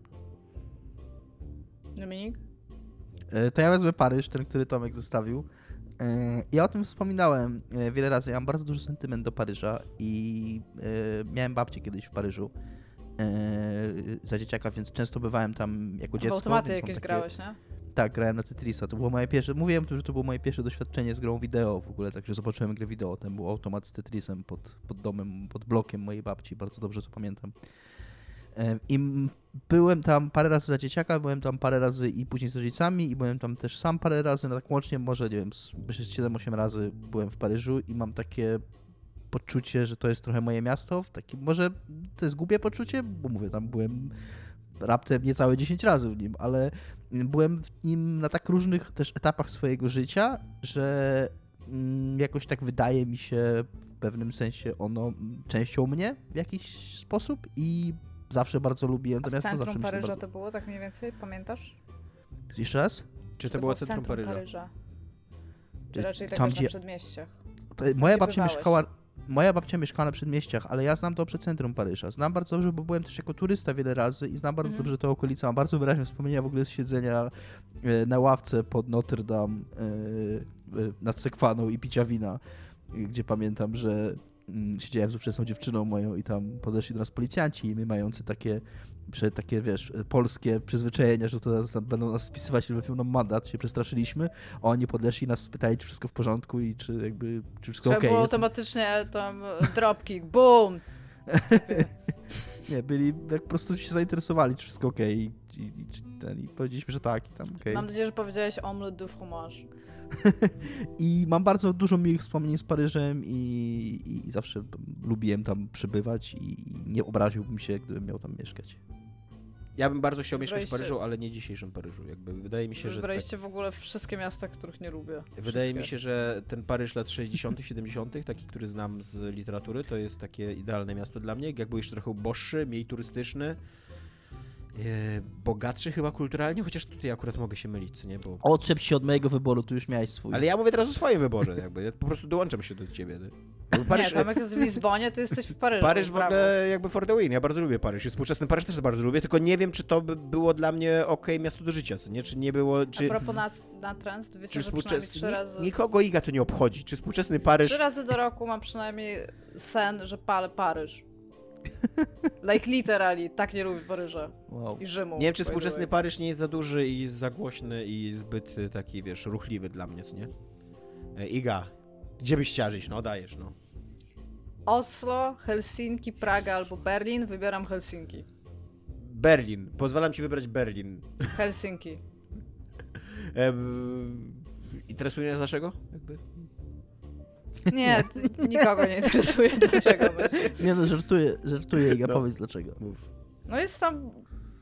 Dominik? E, To ja wezmę Paryż, ten, który Tomek zostawił. E, Ja o tym wspominałem e, wiele razy. Ja mam bardzo duży sentyment do Paryża i e, miałem babcię kiedyś w Paryżu e, za dzieciaka, więc często bywałem tam jako W dziecko. automaty więc mam jakieś takie- grałeś, nie? Tak, grałem na Tetrisa. To było moje pierwsze. Mówiłem, że to było moje pierwsze doświadczenie z grą wideo w ogóle, także zobaczyłem grę wideo. Ten był automat z Tetrisem pod, pod domem, pod blokiem mojej babci. Bardzo dobrze to pamiętam. E, I m- byłem tam parę razy za dzieciaka, byłem tam parę razy i później z rodzicami i byłem tam też sam parę razy, no tak łącznie może, nie wiem, z- myślę, że siedem osiem razy byłem w Paryżu i mam takie poczucie, że to jest trochę moje miasto. Taki, może to jest głupie poczucie, bo mówię, tam byłem raptem niecałe dziesięć razy w nim, ale byłem w nim na tak różnych też etapach swojego życia, że mm, jakoś tak wydaje mi się w pewnym sensie ono częścią mnie w jakiś sposób i zawsze bardzo lubiłem A to w miasto. Zawsze centrum mi się Paryża bardzo... to było, tak mniej więcej? Pamiętasz? Jeszcze raz? Czy to, było w centrum, Paryża? Czy Czy- raczej tak tam, wiesz, gdzie- na przedmieściach? To moja Gdzie babcia bywałeś? mieszkała. Moja babcia mieszkała na przedmieściach, ale ja znam dobrze centrum Paryża. Znam bardzo dobrze, bo byłem też jako turysta wiele razy i znam bardzo Mhm. dobrze tę okolicę. Mam bardzo wyraźne wspomnienia w ogóle z siedzenia e, na ławce pod Notre Dame e, e, nad Sekwaną i picia wina, e, gdzie pamiętam, że mm, siedziałem z ówczesną dziewczyną moją i tam podeszli do nas policjanci i my mający takie, prze, takie wiesz, e, polskie przyzwyczajenia, że to nas, będą nas spisywać i wypią nam mandat, się przestraszyliśmy. Oni podeszli nas, spytali, czy wszystko w porządku i czy jakby, czy wszystko Trzeba okej było jest. automatycznie tam dropkick, boom! Nie, byli, jak po prostu się zainteresowali, czy wszystko okej i, i, i, czy ten, i powiedzieliśmy, że tak i tam okej. Mam nadzieję, że powiedziałeś omelette du fromage. I mam bardzo dużo miłych wspomnień z Paryżem i, i, i zawsze lubiłem tam przybywać i, i nie obraziłbym się, gdybym miał tam mieszkać. Ja bym bardzo chciał mieszkać w Wybraliście- Paryżu, ale nie dzisiejszym Paryżu. Jakby wydaje mi się, że tak, Wybraliście w ogóle wszystkie miasta, których nie lubię. wydaje mi Wszystkie. się, że ten Paryż lat sześćdziesiątych, siedemdziesiątych, taki, który znam z literatury, to jest takie idealne miasto dla mnie. Jak był jeszcze trochę uboższy, mniej turystyczny, e, bogatszy chyba kulturalnie, chociaż tutaj akurat mogę się mylić, co nie? Bo... Odczep się od mojego wyboru, tu już miałeś swój. Ale ja mówię teraz o swoim wyborze, jakby. Ja po prostu dołączam się do ciebie. Jakby Paryż, Nie, tam jak jest w Lizbonie, to jesteś w Paryżu. Paryż w brawo. ogóle jakby for the win. Ja bardzo lubię Paryż. I współczesny Paryż też bardzo lubię, tylko nie wiem, czy to by było dla mnie okej miasto do życia, co nie? Czy nie było, czy... A propos na, na trans, wiecie, Czy że przynajmniej współczesny... trzy razy... Nikogo Iga to nie obchodzi. Czy współczesny Paryż... Trzy razy do roku mam przynajmniej sen, że palę Paryż. Like literally, tak nie lubię Paryża Wow. i Rzymu. Nie wiem, czy by the współczesny way. Paryż nie jest za duży i za głośny i zbyt y, taki, wiesz, ruchliwy dla mnie, co nie? E, Iga, gdzie byś chciała żyć? No, dajesz, no. Oslo, Helsinki, Praga albo Berlin. Wybieram Helsinki. Berlin. Pozwalam ci wybrać Berlin. Helsinki. E, interesuje nas dlaczego? Jakby? Nie, t- nikogo nie interesuje dlaczego. myślę. Nie no, żartuję, żartuję Iga, No. powiedz dlaczego. Mów. No jest tam...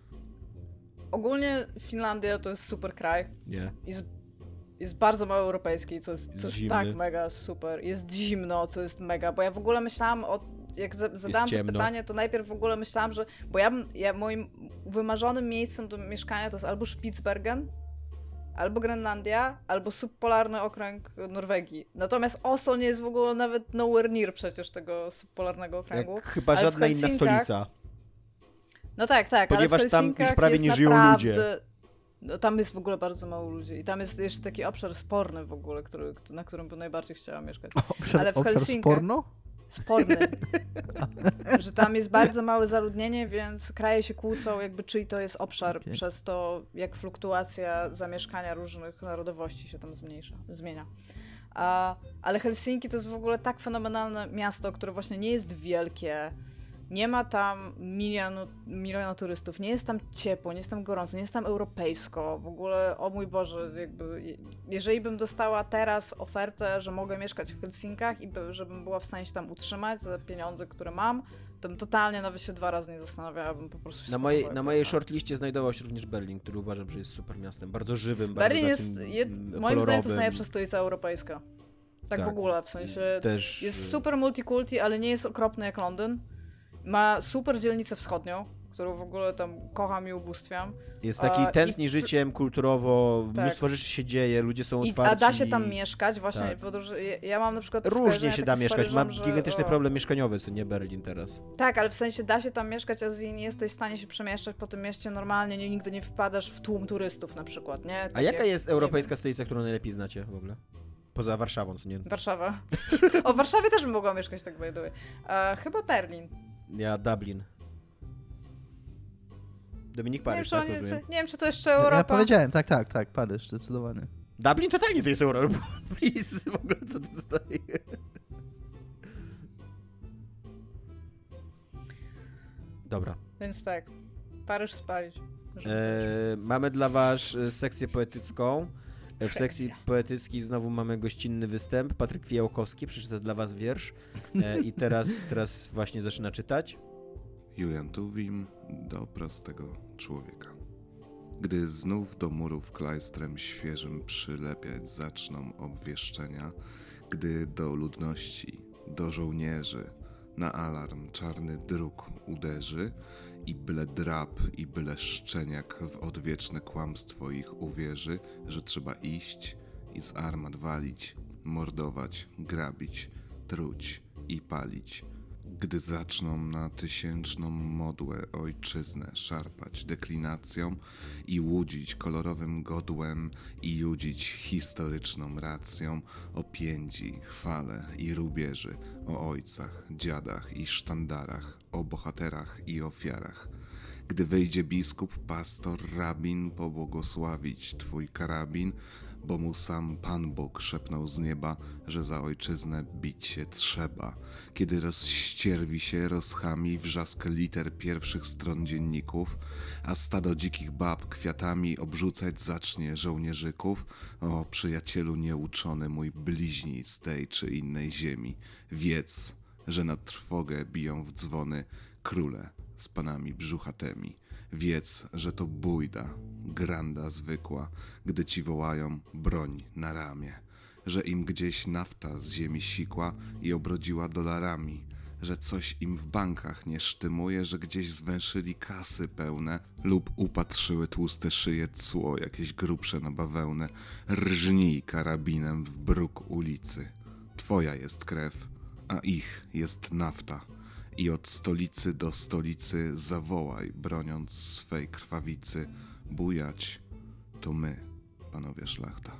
Ogólnie Finlandia to jest super kraj. Nie. Jest, jest bardzo mało europejski, co jest, Jest co jest zimny. tak mega super. Jest zimno, co jest mega, bo ja w ogóle myślałam o... Jak za- zadałam to ciemno. pytanie, to najpierw w ogóle myślałam, że... Bo ja, bym- ja moim wymarzonym miejscem do mieszkania to jest albo Spitsbergen, albo Grenlandia, albo subpolarny okręg Norwegii. Natomiast Oslo nie jest w ogóle nawet nowhere near przecież tego subpolarnego okręgu. Jak chyba Ale w żadna inna Helsinkach- stolica. No tak, tak, Ponieważ ale w tam Helsinkach już prawie jest nie żyją naprawdę... ludzie. No, tam jest w ogóle bardzo mało ludzi i tam jest jeszcze taki obszar sporny w ogóle, który, na którym bym najbardziej chciała mieszkać. Obszar, Ale w obszar Helsinkach... sporno? Sporny. Że tam jest bardzo małe zaludnienie, więc kraje się kłócą, jakby czyj to jest obszar, okay. przez to jak fluktuacja zamieszkania różnych narodowości się tam zmniejsza, zmienia. A, ale Helsinki to jest w ogóle tak fenomenalne miasto, które właśnie nie jest wielkie, nie ma tam milionu, miliona turystów, nie jest tam ciepło, nie jest tam gorąco, nie jest tam europejsko. W ogóle, o mój Boże, jakby, jeżeli bym dostała teraz ofertę, że mogę mieszkać w Helsinkach i by, żebym była w stanie się tam utrzymać za pieniądze, które mam, to bym totalnie nawet się dwa razy nie zastanawiała, bym po prostu się Na mojej, na mojej shortliście znajdował się również Berlin, który uważam, że jest super miastem, bardzo żywym, Berlin bardzo jest, takim je, kolorowym. moim zdaniem to jest najlepsza stolica europejska. Tak, tak w ogóle, w sensie Też... jest super multikulti, ale nie jest okropny jak Londyn. Ma super dzielnicę wschodnią, którą w ogóle tam kocham i ubóstwiam. Jest taki a, tętni i... życiem kulturowo, tak. Mnóstwo rzeczy się dzieje, ludzie są I, otwarci. A da się tam mieszkać, właśnie, tak. podróż... ja, ja mam na przykład... Różnie się da mieszkać, Paryżem, ma że... gigantyczny o... problem mieszkaniowy, co nie Berlin teraz. Tak, ale w sensie da się tam mieszkać, a nie jesteś w stanie się przemieszczać po tym mieście normalnie, nie, nigdy nie wpadasz w tłum turystów na przykład, nie? Tak a jaka jak, jest europejska stolica, którą najlepiej znacie w ogóle? Poza Warszawą, co nie? Warszawa. O, w Warszawie też bym mogła mieszkać, tak by the way. Uh, chyba Berlin. Ja Dublin. Dominik Paryż, nie, tak? Wiem, czy, nie wiem, czy to jeszcze Europa. Ja powiedziałem, tak, tak, tak, Paryż, zdecydowanie. Dublin totalnie to jest Europa. Please, w ogóle co to tutaj... Dobra. Więc tak, Paryż spalić. E, mamy dla was sekcję poetycką. W sekcji poetyckiej znowu mamy gościnny występ. Patryk Fijałkowski przeczyta dla was wiersz. E, I teraz, teraz właśnie zaczyna czytać. Julian Tuwim do prostego człowieka. Gdy znów do murów klajstrem świeżym przylepiać zaczną obwieszczenia, gdy do ludności, do żołnierzy na alarm czarny druk uderzy i byle drab i byle szczeniak w odwieczne kłamstwo ich uwierzy, że trzeba iść i z armat walić, mordować, grabić, truć i palić. Gdy zaczną na tysięczną modłę ojczyznę szarpać deklinacją i łudzić kolorowym godłem i judzić historyczną racją o piędzi, chwale i rubieży, o ojcach, dziadach i sztandarach, o bohaterach i ofiarach. Gdy wyjdzie biskup, pastor, rabin pobłogosławić twój karabin, bo mu sam Pan Bóg szepnął z nieba, że za ojczyznę bić się trzeba. Kiedy rozścierwi się rozchami wrzask liter pierwszych stron dzienników, a stado dzikich bab kwiatami obrzucać zacznie żołnierzyków, o przyjacielu nieuczony mój bliźni z tej czy innej ziemi, wiedz, że na trwogę biją w dzwony króle z panami brzuchatymi. Wiedz, że to bójda, granda zwykła, gdy ci wołają broń na ramię, że im gdzieś nafta z ziemi sikła i obrodziła dolarami, że coś im w bankach nie sztymuje, że gdzieś zwęszyli kasy pełne lub upatrzyły tłuste szyje cło jakieś grubsze na bawełnę. Rżnij karabinem w bruk ulicy. Twoja jest krew, a ich jest nafta. I od stolicy do stolicy zawołaj, broniąc swej krwawicy. Bujać to my, panowie szlachta.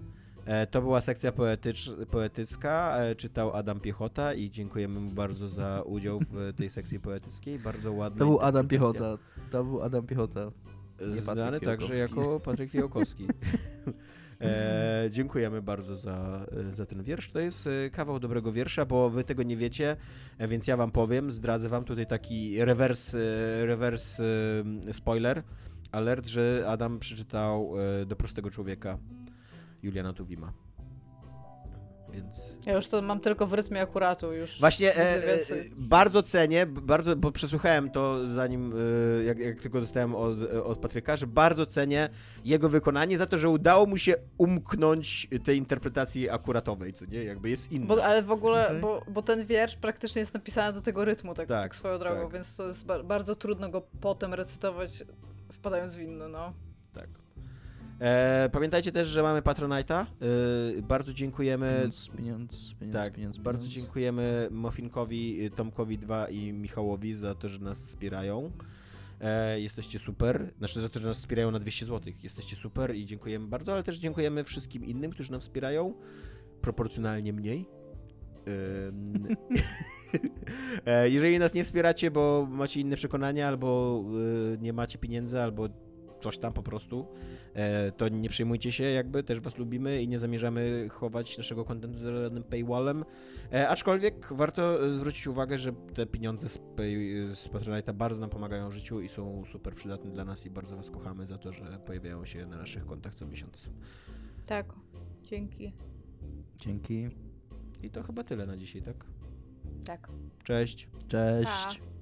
E, to była sekcja poetycz, poetycka, e, czytał Adam Piechota i dziękujemy mu bardzo za udział w tej sekcji poetyckiej. Bardzo ładna. To był Adam Piechota. To był Adam Piechota. Znany także jako Patryk Fijałkowski. E, dziękujemy bardzo za, za ten wiersz. To jest kawał dobrego wiersza, bo wy tego nie wiecie, więc ja wam powiem, zdradzę wam tutaj taki rewers, rewers spoiler alert, że Adam przeczytał Do prostego człowieka Juliana Tuwima. Więc... Ja już to mam tylko w rytmie akuratu już. Właśnie e, e, bardzo cenię, bardzo, bo przesłuchałem to zanim, e, jak, jak tylko dostałem od, od Patryka, że bardzo cenię jego wykonanie za to, że udało mu się umknąć tej interpretacji akuratowej, co nie, jakby jest inna. Bo, ale w ogóle, okay. bo, bo ten wiersz praktycznie jest napisany do tego rytmu, tak, tak, tak swoją drogą, tak. Więc to jest ba- bardzo trudno go potem recytować wpadając w inny, no. Tak. E, pamiętajcie też, że mamy Patronite'a. E, bardzo dziękujemy. Pieniądz, pieniądz, pieniądz, tak, pieniądz, bardzo pieniądz. dziękujemy Mofinkowi, Tomkowi dwa i Michałowi za to, że nas wspierają. E, jesteście super. Znaczy za to, że nas wspierają na dwieście złotych. Jesteście super i dziękujemy bardzo, ale też dziękujemy wszystkim innym, którzy nas wspierają. Proporcjonalnie mniej. Ym... e, jeżeli nas nie wspieracie, bo macie inne przekonania, albo y, nie macie pieniędzy, albo coś tam po prostu, e, to nie przejmujcie się, jakby też was lubimy i nie zamierzamy chować naszego kontentu za żadnym paywallem. E, aczkolwiek warto zwrócić uwagę, że te pieniądze z, pay, z Patronite'a bardzo nam pomagają w życiu i są super przydatne dla nas i bardzo was kochamy za to, że pojawiają się na naszych kontach co miesiąc. Tak, dzięki. Dzięki. I to chyba tyle na dzisiaj, tak? Tak. Cześć. Cześć. Pa.